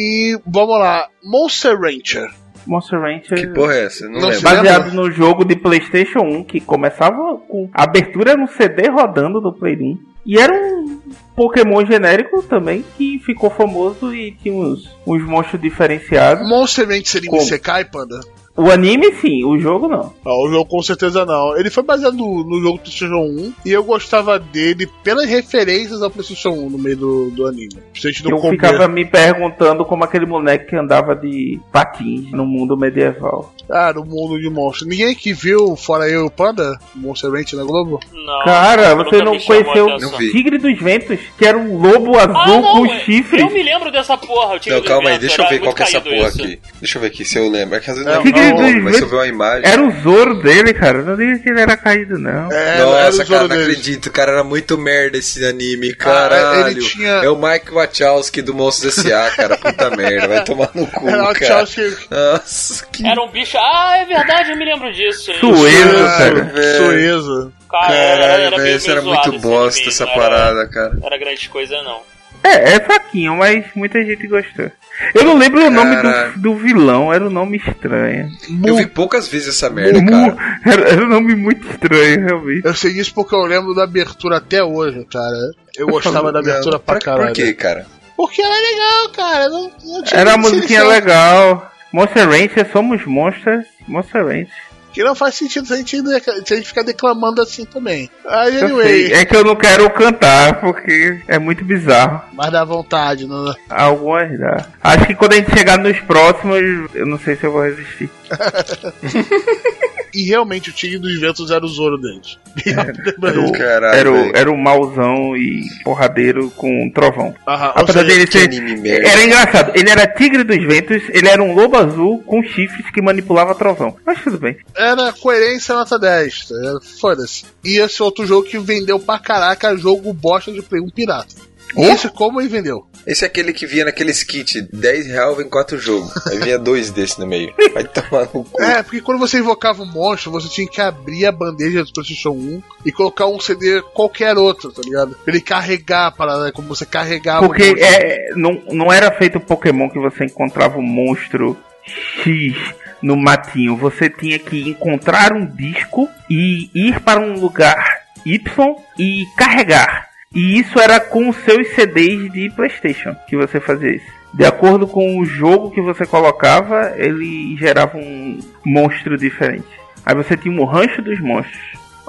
E vamos lá, Monster Rancher. Monster Rancher. Que porra é essa? Não Não lembro. se Baseado no jogo de PlayStation 1, que começava com a abertura no CD rodando do Play 1. E era um Pokémon genérico também, que ficou famoso e tinha uns monstros diferenciados. Monster Rancher seria um Como? Isekai, Panda? O anime sim, o jogo não. O jogo com certeza não. Ele foi baseado no jogo do PlayStation 1 e eu gostava dele pelas referências ao PlayStation 1 no meio do anime. Principalmente do Eu começo. ficava me perguntando como aquele moleque que andava de patins no mundo medieval. Ah, no mundo de monstros. Ninguém que viu, fora eu e o Panda, Monster Rancher na Globo? Não, Cara, nunca você não me chamou a conheceu atenção. Não vi. Tigre dos Ventos, que era um lobo azul com chifres? Eu me lembro dessa porra. O Tigre Não, dos calma aí, Ventos, deixa eu era ver qual muito que é essa caído porra isso. aqui. Deixa eu ver aqui se eu lembro. É que às vezes É, não Tigre é dos bom, mas se eu Ventos ver uma imagem. Era o Zoro dele, cara. Não diga que ele era caído, não. Era Nossa, o cara, Zoro não dele. acredito. Cara, era muito merda esse anime, caralho. ele tinha- É o Mike Wachowski do Monstros S.A., cara. Puta merda, vai tomar no cu, Era o cara. Chelsea. Nossa, que... Era um bicho. Ah, é verdade, eu me lembro disso. Suezo, Ah, cara. velho. Sueza. Cara, Caralho, velho, meio isso era zoado muito esse bosta, anime, essa não parada, cara. Não era grande coisa, não. É fraquinho, mas muita gente gostou. Eu não lembro o nome do vilão, era um nome estranho. Eu vi poucas vezes essa merda, cara. Era um nome muito estranho, realmente. Eu sei disso porque eu lembro da abertura até hoje, cara. Eu gostava da abertura pra caralho. Por quê, cara? Porque era legal, cara. Não tinha Era a muito musiquinha seleção. legal. Monster Rancher, somos monstros. Monster Rancher. Que não faz sentido se a gente ficar declamando assim também. Aí, Eu anyway. sei, é que eu não quero cantar, porque é muito bizarro. Mas dá vontade, não. Algumas dá. Acho que quando a gente chegar nos próximos, eu não sei se eu vou resistir. E realmente o Tigre dos Ventos era o Zoro deles. Era o mauzão e porradeiro com trovão. Apesar dele ser. Era engraçado. Ele era Tigre dos Ventos, ele era um lobo azul com chifres que manipulava trovão. Mas tudo bem. Era coerência nota 10. Tá? Foda-se. E esse outro jogo que vendeu pra caraca, jogo bosta de Play 1 pirata. Isso como ele vendeu? Esse é aquele que vinha naqueles kits, R$10 vem 4 jogos. Aí vinha 2 desse no meio. Vai tomar no cu. É, porque quando você invocava um monstro, você tinha que abrir a bandeja do PlayStation 1 e colocar um CD qualquer outro, tá ligado? Pra ele carregar a parada, como você carregava porque o monstro. não era feito Pokémon que você encontrava um monstro X no matinho. Você tinha que encontrar um disco e ir para um lugar Y e carregar. E isso era com os seus CDs de PlayStation que você fazia isso. De acordo com o jogo que você colocava, ele gerava um monstro diferente. Aí você tinha um rancho dos monstros.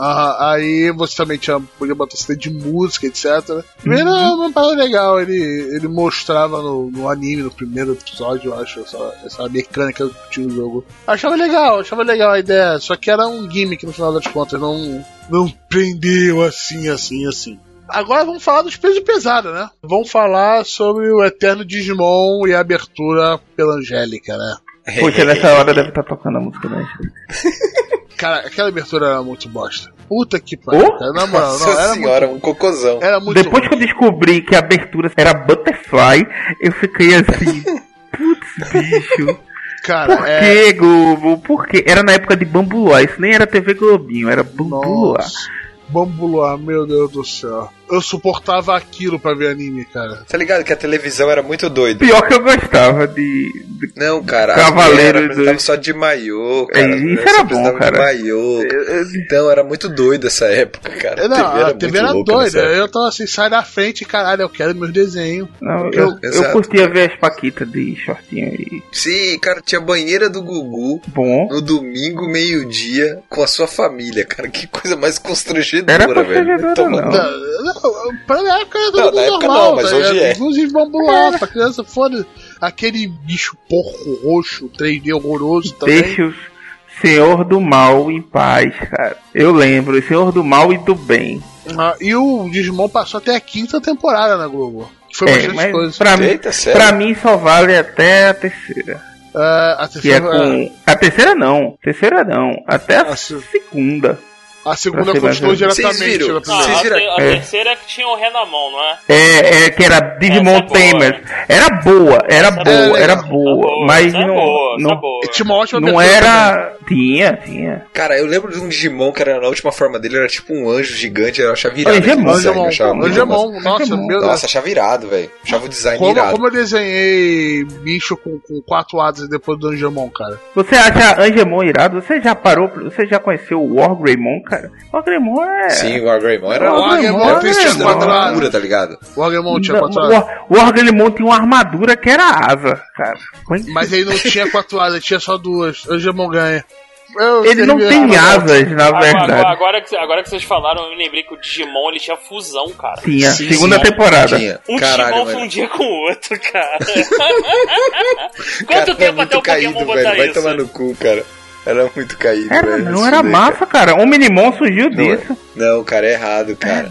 Aí você também podia botar CD de música, etc. Era uma parada legal, ele mostrava no anime, no primeiro episódio, eu acho, essa mecânica que tinha no jogo. Achava legal a ideia, só que era um gimmick no final das contas, não prendeu assim. Agora vamos falar dos pesos pesados, né? Vamos falar sobre o eterno Digimon e a abertura pela Angélica, né? Poxa, nessa hora deve estar tocando a música da Angélica. Cara, aquela abertura era muito bosta. Puta que pariu, cara. Na moral, Nossa senhora, um cocôzão. Era muito Depois que eu descobri que a abertura era Butterfly, eu fiquei assim, putz, bicho. Cara, por que, Globo? Por quê? Era na época de Bambu isso nem era TV Globinho, era Bambu. Bambu, meu Deus do céu. Eu suportava aquilo pra ver anime, cara. Tá ligado que a televisão era muito doida? Pior que eu gostava de não, cara. Cavaleiros apresentava só de maiô, cara. Isso era bom, cara. De maiô. Então, era muito doido essa época, cara. A TV era doida. Eu tava assim, sai da frente, caralho, eu quero meus desenhos. Não, eu curtia ver as paquitas de shortinho aí. Sim, cara, tinha banheira do Gugu. Bom. No domingo, meio-dia, com a sua família, cara. Que coisa mais constrangedora, velho. Pra época era tudo normal, mas hoje inclusive Bambu pra criança, foda aquele bicho porco roxo, 3D horroroso também. Deixa o Senhor do Mal em paz, cara. Eu lembro, o Senhor do Mal e do Bem. E o Digimon passou até a 5ª temporada na Globo. Foi bastante coisa. Pra mim só vale até a terceira. A terceira a terceira não. Até a segunda. A segunda continuou diretamente na primeira. A terceira é que tinha o Renamon, não é? Que era Digimon Tamers. Era boa. Mas tinha uma ótima não era. Tinha. Cara, eu lembro de um Digimon que era na última forma dele, era tipo um anjo gigante, eu achava virado. Angemon, nossa, meu Deus. Nossa, achava virado, velho. Achava o design virado. Como eu desenhei bicho com 4 asas depois do Angemon, cara. Você acha Angemon irado? Você já conheceu o Wargreymon, cara? O Wargreymon Sim, o Wargreymon era o vestido da armadura, tá ligado? O Wargreymon tinha 4 asas. O Wargreymon tinha uma armadura que era asa, cara. Mas ele não tinha 4 asas, ele tinha só 2. O Angemon ganha. Ele não tem asas, na verdade. Agora que vocês falaram, eu me lembrei que o Digimon ele tinha fusão, cara. Tinha, segunda temporada. Tinha. Um Digimon fundia com o outro, cara. Quanto tempo até o Pokémon botar isso? Vai tomar no cu, cara. Era muito caído, velho. Não era massa, cara. O Minimon surgiu disso. Não, cara, é errado, cara.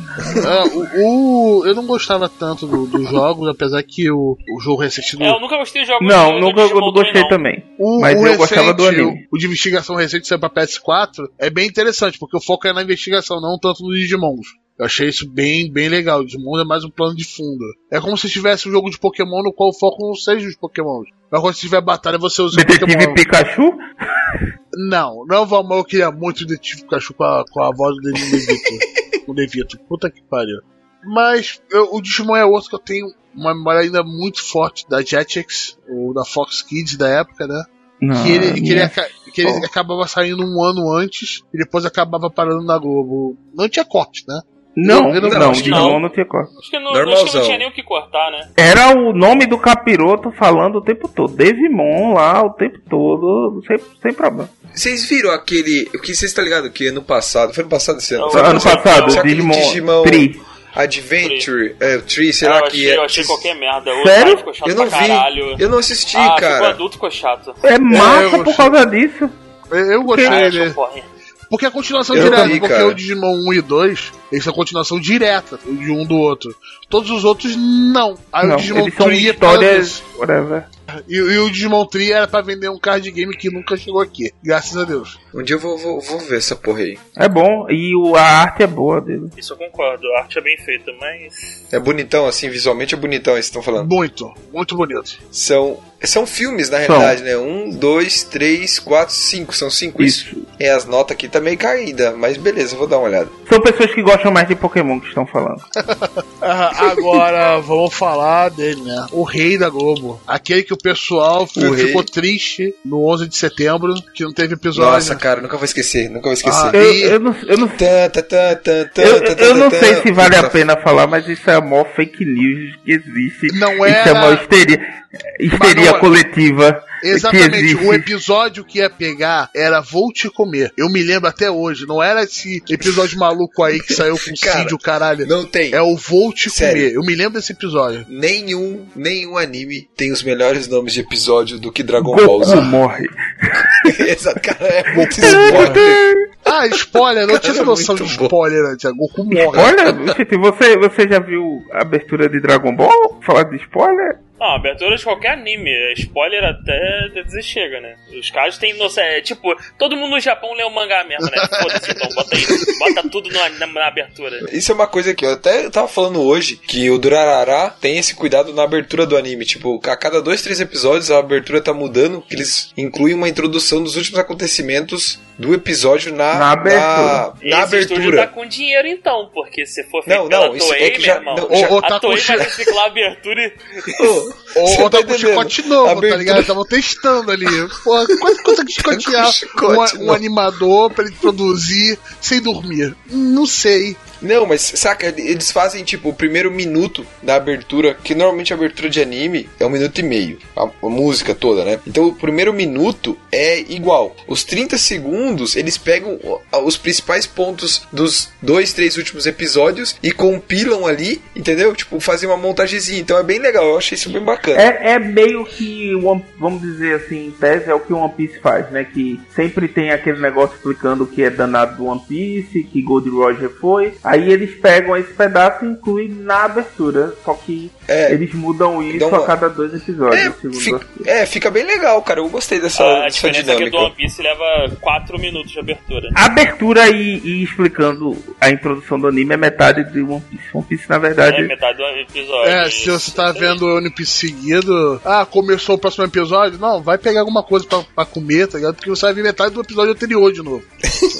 Eu não gostava tanto dos jogos, apesar que o jogo recente... eu nunca gostei de jogos eu gostei também. Mas eu gostava do anime. O de investigação recente que saiu pra PS4 é bem interessante, porque o foco é na investigação, não tanto nos Digimons. Eu achei isso bem legal. O Digimon é mais um plano de fundo. É como se tivesse um jogo de Pokémon no qual o foco não seja os Pokémons. Mas quando você tiver batalha, você usa o Detetive Pikachu? Não é o Valmont, eu queria muito o Detetive Pikachu com a voz do Devito. O Devito, puta que pariu. Mas o Digimon é outro que eu tenho uma memória ainda muito forte da Jetix, ou da Fox Kids da época, né? Não, que ele acabava saindo um ano antes e depois acabava parando na Globo. Não tinha corte, né? Não, Digimon não tinha corte. Acho que não tinha nem o que cortar, né? Era o nome do capiroto falando o tempo todo. Devimon lá o tempo todo, sem problema. Vocês viram aquele... que vocês estão ligados que ano passado... Foi ano passado esse ano? Ano passado, Digimon Tree. Adventure, o Tree, será que eu achei qualquer merda. O Sério? ficou chato eu não pra vi. caralho. Eu não assisti, O cara. adulto ficou chato. É massa por causa disso. Eu gostei dele. Porra. Porque é a continuação Eu direta, vi, porque cara. o Digimon 1 e 2, eles são a continuação direta de um do outro. Todos os outros, não. Aí o Digimon eles são 3 histórias, whatever. E o Digimon 3 era pra vender um card game que nunca chegou aqui. Graças a Deus. Um dia eu vou ver essa porra aí. É bom, e a arte é boa dele. Isso eu concordo, a arte é bem feita, mas... É bonitão, assim, visualmente é bonitão, isso que estão falando. Muito bonito. São filmes, na realidade, né? 1, 2, 3, 4, 5. São 5 isso. É, as notas aqui tá meio caída, mas beleza, eu vou dar uma olhada. São pessoas que gostam mais de Pokémon que estão falando. Agora, vamos falar dele, né? O rei da Globo. Aquele que o pessoal ficou triste no 11 de setembro, que não teve episódio. Nossa, cara, nunca vou esquecer. Eu não sei se vale a pena falar, mas isso é a maior fake news que existe. Não é? Isso é uma histeria coletiva. Exatamente, o episódio que ia pegar era Vou Te Comer. Eu me lembro até hoje, não era esse episódio maluco aí que saiu com Cid, o caralho. Não tem. É o Vou Te Sério? Comer. Eu me lembro desse episódio. Nenhum anime tem os melhores nomes de episódio do que Dragon Goku Ball Z. morre. Exato, cara, é muito spoiler. Spoiler, não tinha noção de spoiler, né? Goku morre. Olha, você já viu a abertura de Dragon Ball? Falar de spoiler? Não, abertura de qualquer anime, spoiler até dizer chega, né? Os caras têm noção, tipo, todo mundo no Japão lê o mangá mesmo, né? Foda-se, então bota tudo na abertura. Isso é uma coisa que eu até tava falando hoje, que o Durarara tem esse cuidado na abertura do anime. Tipo, a cada 2, 3 episódios a abertura tá mudando, que eles incluem uma introdução dos últimos acontecimentos do episódio na abertura. Esse estúdio tá com dinheiro então, porque se for feito pela Toei, meu irmão, a Toei vai reciclar a abertura e... Ou tá com um chicote novo, tá ligado? Estavam testando ali. Pô, quase consegue chicotear um animador pra ele produzir sem dormir. Não sei. Não, mas saca, eles fazem tipo o primeiro minuto da abertura, que normalmente a abertura de anime é 1 minuto e meio, a música toda, né? Então o primeiro minuto é igual. Os 30 segundos, eles pegam os principais pontos dos 2, 3 últimos episódios e compilam ali, entendeu? Tipo, fazem uma montagemzinha. Então é bem legal, eu achei isso bem bacana. É meio que, vamos dizer assim, em tese, é o que o One Piece faz, né? Que sempre tem aquele negócio explicando o que é danado do One Piece, que Gold Roger foi. Aí eles pegam esse pedaço e incluem na abertura. Só que eles mudam isso a cada 2 episódios. Fica bem legal, cara. Eu gostei dessa A diferença é que do One Piece leva 4 minutos de abertura. A abertura e explicando a introdução do anime é metade de One Piece. One Piece, na verdade... É metade do episódio. Se você tá vendo o One Piece seguido... começou o próximo episódio? Não, vai pegar alguma coisa pra comer, tá ligado? Porque você vai ver metade do episódio anterior de novo.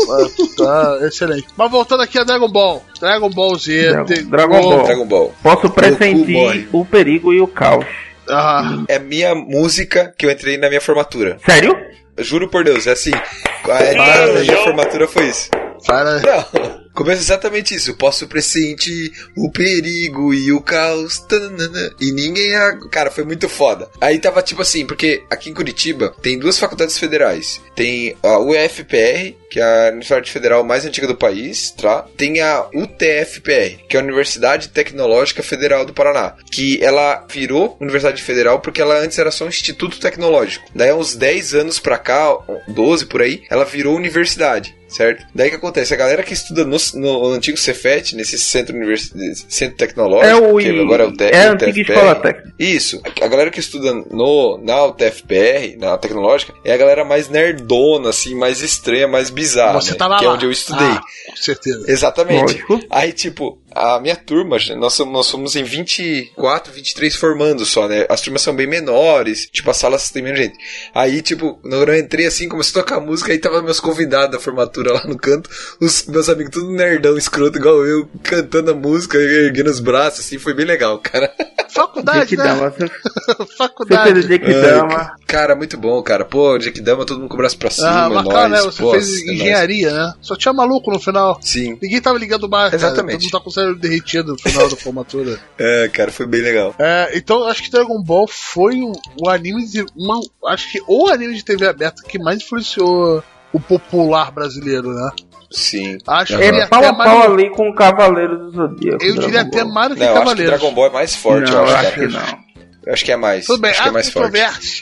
Tá excelente. Mas voltando aqui a Dragon Ball. Dragon Ball Z. Dragon Ball. Posso pressentir o perigo e o caos. É minha música que eu entrei na minha formatura. Sério? Juro por Deus, é assim. A minha formatura foi isso. Não, começa exatamente isso. Posso pressentir o perigo e o caos. Tanana, e ninguém... Cara, foi muito foda. Aí tava tipo assim, porque aqui em Curitiba tem 2 faculdades federais. Tem a UFPR, que é a Universidade Federal mais antiga do país, tá? Tem a UTFPR, que é a Universidade Tecnológica Federal do Paraná, que ela virou Universidade Federal porque ela antes era só um instituto tecnológico. Daí uns 10 anos pra cá, 12 por aí, ela virou universidade. Certo? Daí que acontece? A galera que estuda no antigo Cefet, nesse centro tecnológico, que agora é o a antiga escola técnica. Isso. A galera que estuda na UTFPR, na tecnológica, é a galera mais nerdona, assim, mais estranha, mais bizarra. Você né? tava que lá. É onde eu estudei. Com certeza. Exatamente. Lógico. Aí, tipo, A minha turma, nós somos em 24, 23 formando só, né? As turmas são bem menores, tipo, as salas tem menos gente. Aí, tipo, na hora eu entrei assim, começou a tocar música, aí tava meus convidados da formatura lá no canto, os meus amigos tudo nerdão, escroto, igual eu, cantando a música, erguendo os braços, assim, foi bem legal, cara. Faculdade, né? Faculdade. Você fez o Gequidama. Cara, muito bom, cara. Pô, Gequidama, todo mundo com o braço pra cima, bacana, né? Você fez engenharia, né? Só tinha maluco no final. Sim. Ninguém tava ligando mais, exatamente. Todo mundo tá com o cérebro derretido no final da formatura. Cara, foi bem legal. Então, acho que Dragon Ball foi o anime acho que o anime de TV aberta que mais influenciou o popular brasileiro, né? Sim. Acho que ele é pau a pau ali com o Cavaleiro do Zodíaco. Eu diria até mais do que Cavaleiro. Cavaleiro. Acho que Dragon Ball é mais forte, não, eu acho que não. Eu acho que é mais. Tudo bem, acho que é mais forte.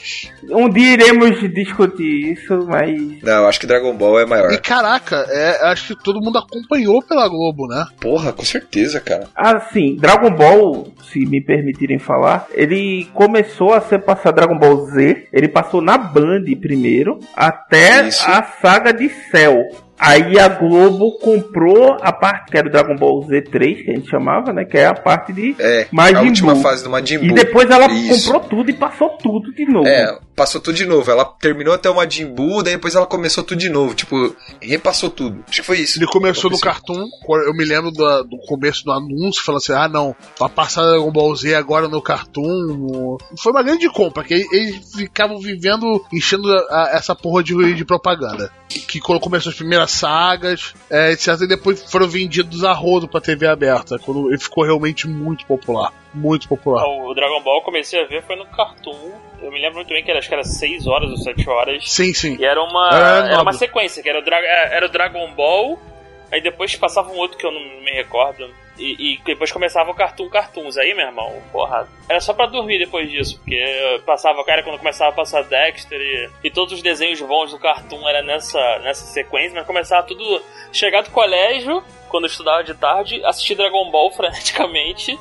Um dia iremos discutir isso, mas... Não, eu acho que Dragon Ball é maior. E caraca, acho que todo mundo acompanhou pela Globo, né? Porra, com certeza, cara. Assim, Dragon Ball, se me permitirem falar, ele começou a ser passado Dragon Ball Z, ele passou na Band primeiro, até a saga de Cell. Aí a Globo comprou a parte que era o Dragon Ball Z3, que a gente chamava, né? Que é a parte de Majin Buu. A última fase do Majin Buu. E depois ela comprou tudo e passou tudo de novo. Passou tudo de novo. Ela terminou até o Majin Buu, daí depois ela começou tudo de novo. Tipo, repassou tudo. Acho que foi isso. Ele começou no Cartoon. Eu me lembro do começo do anúncio, falando assim, não, vai passar Dragon Ball Z agora no Cartoon. Foi uma grande compra, que eles ficavam vivendo, enchendo essa porra de propaganda. Que quando começou as primeiras sagas, etc. E depois foram vendidos a rodo pra TV aberta, quando ele ficou realmente muito popular. Muito popular. O Dragon Ball eu comecei a ver foi no Cartoon. Eu me lembro muito bem que acho que era 6 horas ou 7 horas. Sim. E era uma sequência, que era o Dragon Ball, aí depois passava um outro que eu não me recordo. E depois começava o Cartoons. Aí, meu irmão, porra, era só pra dormir depois disso, porque passava, cara, quando começava a passar Dexter e todos os desenhos bons do Cartoon era nessa sequência, mas começava tudo, chegar do colégio, quando eu estudava de tarde, assistir Dragon Ball freneticamente.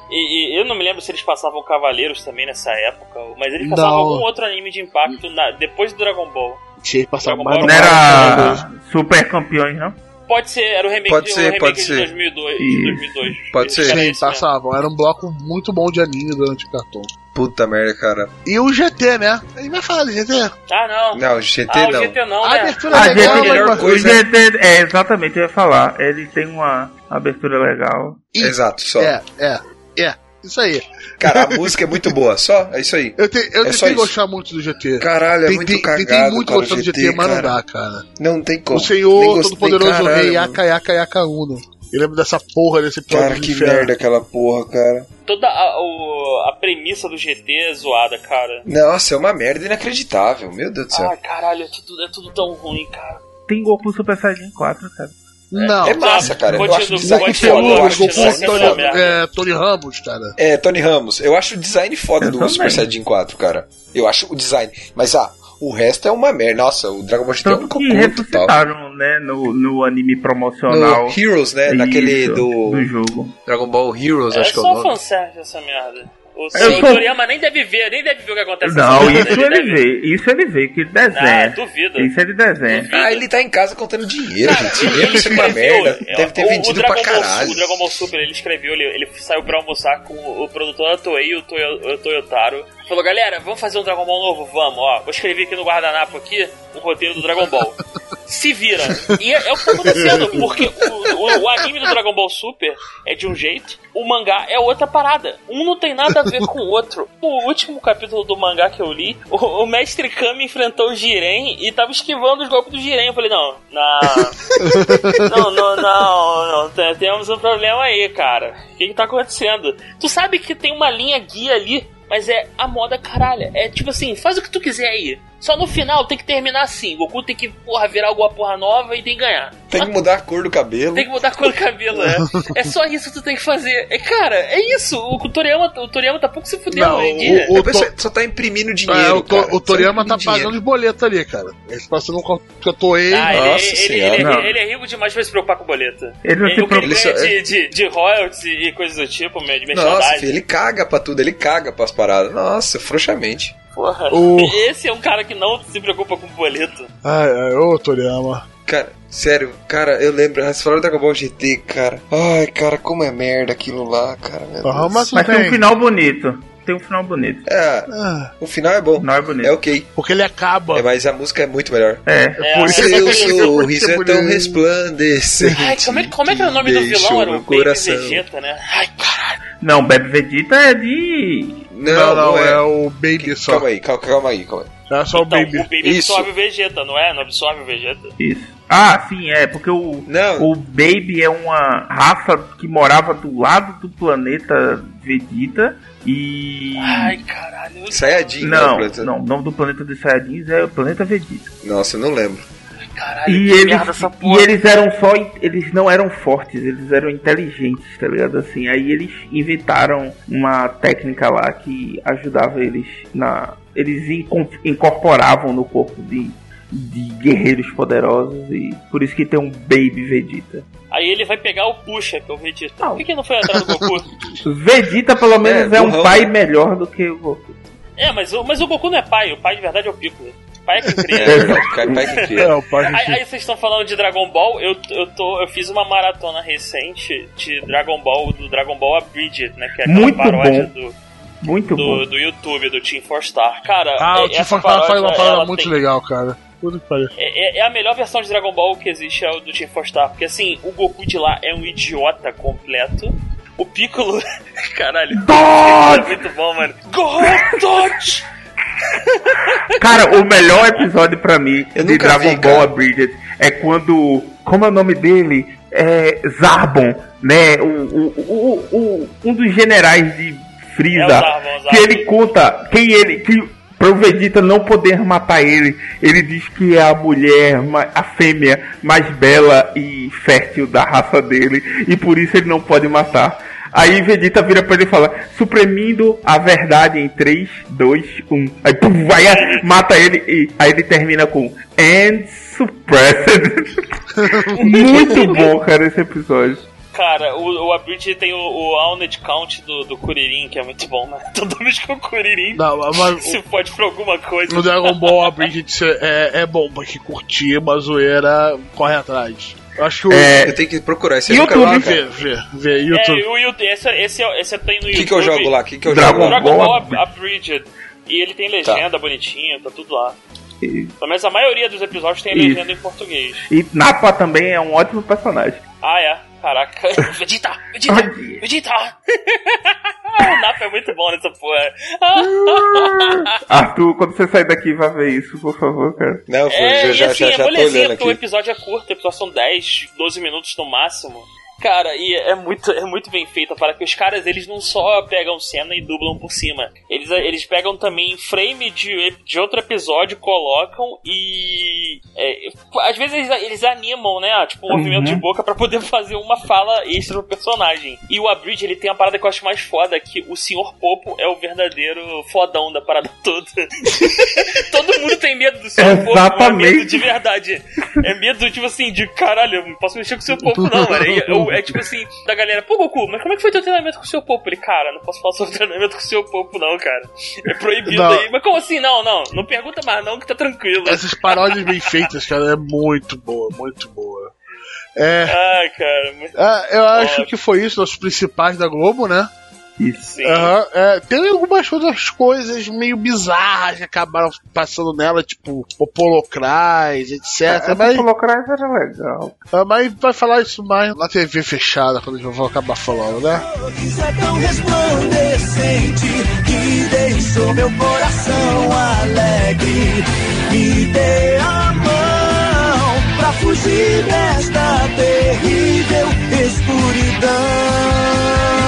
E eu não me lembro se eles passavam Cavaleiros também nessa época, mas eles passavam algum outro anime de impacto depois do Dragon Ball. Tinha que passar mais. Não era Super Campeões, não? Pode ser, era o remake de 2002. Pode ser. Sim, passavam. Era um bloco muito bom de anime durante o Cartoon. Puta merda, cara. E o GT, né? Ele vai falar de GT? Não. Não, o GT não. O GT não, A né? abertura é legal, melhor coisa. O GT, exatamente, eu ia falar. Ele tem uma abertura legal. Exato, só. Isso aí. Cara, a música é muito boa, só? É isso aí. Eu tentei gostar muito do GT. Caralho, muito cagado. Tentei muito gostar do GT, mas não dá, cara. Não tem como. O Senhor Todo-Poderoso Rei Yaka Uno. Eu lembro dessa porra desse episódio. Cara, que merda aquela porra, cara. Toda a premissa do GT é zoada, cara. Nossa, é uma merda inacreditável, meu Deus do céu. Ai, caralho, é tudo tão ruim, cara. Tem Goku Super Saiyajin 4, cara. Não. É massa, cara. Eu acho o design foda. Tony Ramos, cara. Tony Ramos. Eu acho o design foda do Super Saiyajin 4, cara. Eu acho o design. Mas, o resto é uma merda. Nossa, o Dragon Ball GT é um cocô total. Né, no anime promocional. No Heroes, né? Naquele do jogo. Dragon Ball Heroes, acho que é o nome. É só fanservice essa merda. O Toriyama nem deve ver o que acontece. Não, isso ele vê, que ele desenha. Duvido. Isso ele desenha. Ele tá em casa contando dinheiro, gente. Dinheiro isso é uma merda. Deve ter vendido pra caralho. O Dragon Ball Super, ele escreveu, ele saiu pra almoçar com o produtor da Toei, o Toyotaro. Falou, galera, vamos fazer um Dragon Ball novo? Vamos, vou escrever aqui no guardanapo aqui um roteiro do Dragon Ball. Se vira. E é o que tá acontecendo, porque o anime do Dragon Ball Super é de um jeito, o mangá é outra parada. Um não tem nada a ver com o outro. O último capítulo do mangá que eu li, o Mestre Kami enfrentou o Jiren e tava esquivando os golpes do Jiren. Eu falei, não, temos um problema aí, cara. O que tá acontecendo? Tu sabe que tem uma linha guia ali, mas é a moda caralha. É tipo assim, faz o que tu quiser aí. Só no final tem que terminar assim. Goku tem que, virar alguma porra nova e tem que ganhar. Tem que mudar a cor do cabelo. Tem que mudar a cor do cabelo, É só isso que tu tem que fazer. Cara, é isso. O Toriyama tá pouco se fudendo hoje em dia. O pessoal só tá imprimindo dinheiro, o Toriyama tá pagando os boletos ali, cara. Ele tá passando com a Toei. Nossa senhora. Ele é rico demais pra se preocupar com boleto. Ele não se preocupa. De royalties e coisas do tipo, de merchandising. Nossa, filho, ele caga pra tudo. Ele caga pras paradas. Nossa, frouxamente. Porra, esse é um cara que não se preocupa com boleto. Ô Toriyama. Cara, sério, cara, eu lembro, vocês falaram do Dragon Ball GT, cara. Ai, cara, como é merda aquilo lá, cara. Mas tem um final bonito. Tem um final bonito. O final é bom. O final é bonito. É ok. Porque ele acaba. Mas a música é muito melhor. Por isso seu sorriso é tão resplandecente. Ai, como é que é o nome do vilão? Era o Baby Vegeta, né? Ai, caralho. Não, Baby Vegeta é de... Não, é o Baby só. Calma aí. É só o Baby. O Baby absorve o Vegeta, não é? Não absorve o Vegeta? Isso. Ah, sim, porque o Baby é uma raça que morava do lado do planeta Vegeta e... Ai, caralho. Saiyajin, não, o nome do planeta dos Saiyajins é o planeta Vegeta. Nossa, eu não lembro. Caralho, e eles não eram fortes, eles eram inteligentes, tá ligado? Assim, aí eles inventaram uma técnica lá que ajudava eles eles incorporavam no corpo de guerreiros poderosos e por isso que tem um Baby Vegeta. Aí ele vai pegar o Puxa, que é o Vegeta. Por que não foi atrás do Goku? Vegeta pelo menos é um pai melhor do que o Goku. Mas o Goku não é pai, o pai de verdade é o Piccolo. O pai é que cria. É verdade, pai que cria. Aí vocês estão falando de Dragon Ball, eu fiz uma maratona recente de Dragon Ball, do Dragon Ball Abridged, né? Que é aquela paródia do YouTube, do Team 4-Star. Cara, o Team 4-Star faz uma parada muito legal, cara. É a melhor versão de Dragon Ball que existe, é o do Team 4-Star. Porque assim, o Goku de lá é um idiota completo. O Piccolo, caralho, é muito bom, mano. Dodge! Cara, o melhor episódio pra mim de Dragon Ball Abridged é quando, como é o nome dele? Zarbon, né? Um dos generais de Frieza, Zarbon. Que ele conta que pro Vegeta não poder matar ele diz que é a mulher, a fêmea mais bela e fértil da raça dele, e por isso ele não pode matar. Aí Vegeta vira pra ele e fala, suprimindo a verdade em 3, 2, 1. Aí pum, mata ele e aí ele termina com And Suppressed. Muito bom, cara, esse episódio. Cara, o Abridged tem o Owned Count do Kuririn, que é muito bom, né? Toda vez que o Kuririn se pode pra alguma coisa. No Dragon Ball Abridged é bom, pra quem curtir uma zoeira, corre atrás. Eu acho que eu tenho que procurar esse YouTube. Ver YouTube. Esse tem no YouTube. O que eu jogo lá? Dragon Ball Abridged. E ele tem legenda bonitinha, tá tudo lá. Pelo menos a maioria dos episódios tem legenda em português. E Nappa também é um ótimo personagem. Caraca. Vegeta! O Nappa é muito bom nessa porra. Arthur, quando você sair daqui, vai ver isso, por favor, cara. Não, já tô olhando aqui. O episódio é curto, o episódio são 10, 12 minutos no máximo. Cara, e é muito bem feita, para que os caras, eles não só pegam cena e dublam por cima. Eles pegam também frame de outro episódio, colocam e... às vezes eles animam, né? Tipo, um movimento de boca pra poder fazer uma fala extra no personagem. E o Abridged, ele tem a parada que eu acho mais foda, que o Sr. Popo é o verdadeiro fodão da parada toda. Todo mundo tem medo do Sr. Popo, é medo de verdade. É medo, tipo assim, de caralho, eu não posso mexer com o Sr. Popo não, mano. É tipo assim, da galera, pô, Goku, mas como é que foi teu treinamento com o seu Popo? Ele, cara, não posso falar sobre treinamento com o seu Popo não, cara. É proibido aí. Mas como assim? Não pergunta mais não, que tá tranquilo. Essas paródias bem feitas, cara, é muito boa. Cara, eu acho que foi isso, os principais da Globo, né? Isso. Tem algumas outras coisas meio bizarras que acabaram passando nela, tipo Popolocrais, etc. Mas Popolocrais era legal. Mas vai falar isso mais na TV fechada, quando eu vou acabar falando, né? Isso é tão resplandecente que deixou meu coração alegre. Me dê a mão pra fugir desta terrível escuridão.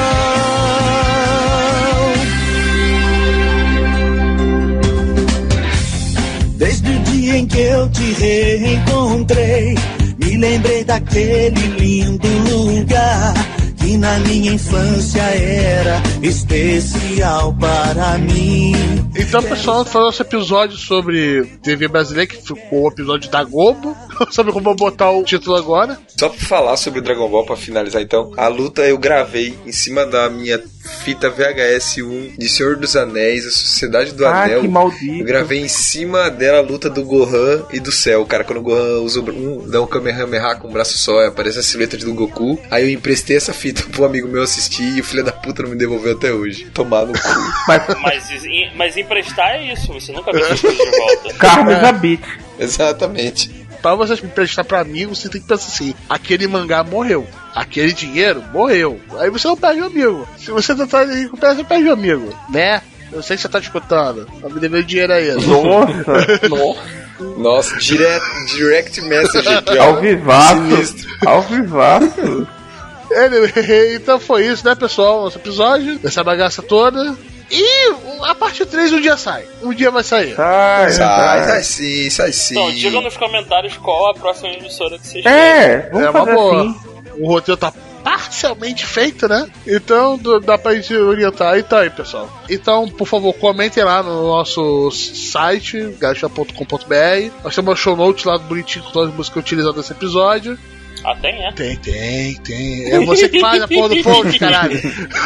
Desde o dia em que eu te reencontrei, me lembrei daquele lindo lugar que na minha infância era especial para mim. Então, pessoal, foi nosso episódio sobre TV brasileira, que ficou o episódio da Globo. Sabe como eu vou botar o título agora? Só pra falar sobre o Dragon Ball, pra finalizar então, a luta eu gravei em cima da minha fita VHS 1 de Senhor dos Anéis, a Sociedade do Anel. Que maldito. Eu gravei em cima dela a luta do Gohan e do Cell, cara, quando o Gohan usa dá um Kamehameha com um braço só, aparece a silhueta do Goku. Aí eu emprestei essa fita pro amigo meu assistir e o filho da puta não me devolveu até hoje. Tomar no cu. Mas emprestar é isso, você nunca viu essas coisas de volta. Carlos Abit. Exatamente. Pra você me emprestar pra amigo, você tem que pensar assim: aquele mangá morreu, aquele dinheiro morreu. Aí você não perde o amigo. Se você tentar recuperar, você perde o amigo, né? Eu sei que você tá escutando. Tá me devendo dinheiro aí. Nossa, direct message aqui, ó. Ao vivaço. Então foi isso, né, pessoal? Nosso episódio, dessa bagaça toda. E a parte 3 um dia sai. Um dia vai sair. Sai sim. Então, diga nos comentários qual a próxima emissora que vocês querem. Vamos fazer uma boa. Assim. O roteiro tá parcialmente feito, né? Então dá pra gente orientar. Então aí, pessoal. Então, por favor, comentem lá no nosso site, gacha.com.br. Nós temos uma show note lá bonitinho com todas as músicas utilizadas nesse episódio. Ah, tem, é? Tem. É você que faz a porra do post, caralho.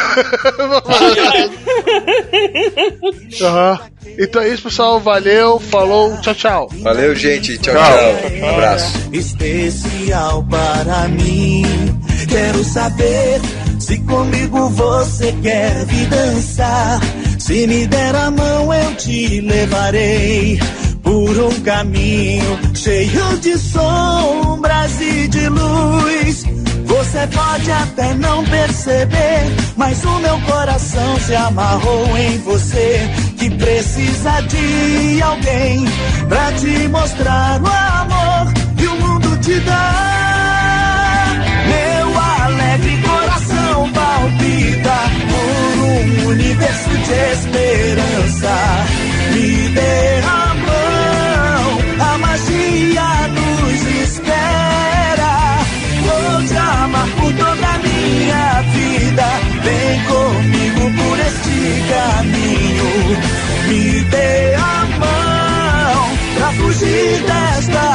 Então é isso, pessoal. Valeu, falou, tchau. Valeu, gente. Tchau. Um abraço. Especial para mim. Quero saber se comigo você quer vir dançar. Se me der a mão, eu te levarei por um caminho cheio de sombras e de luz. Você pode até não perceber, mas o meu coração se amarrou em você, que precisa de alguém pra te mostrar o amor que o mundo te dá. Meu alegre coração palpita por um universo de esperança. Me dê a mão, a magia nos espera. Vou te amar por toda a minha vida. Vem comigo por este caminho. Me dê a mão pra fugir desta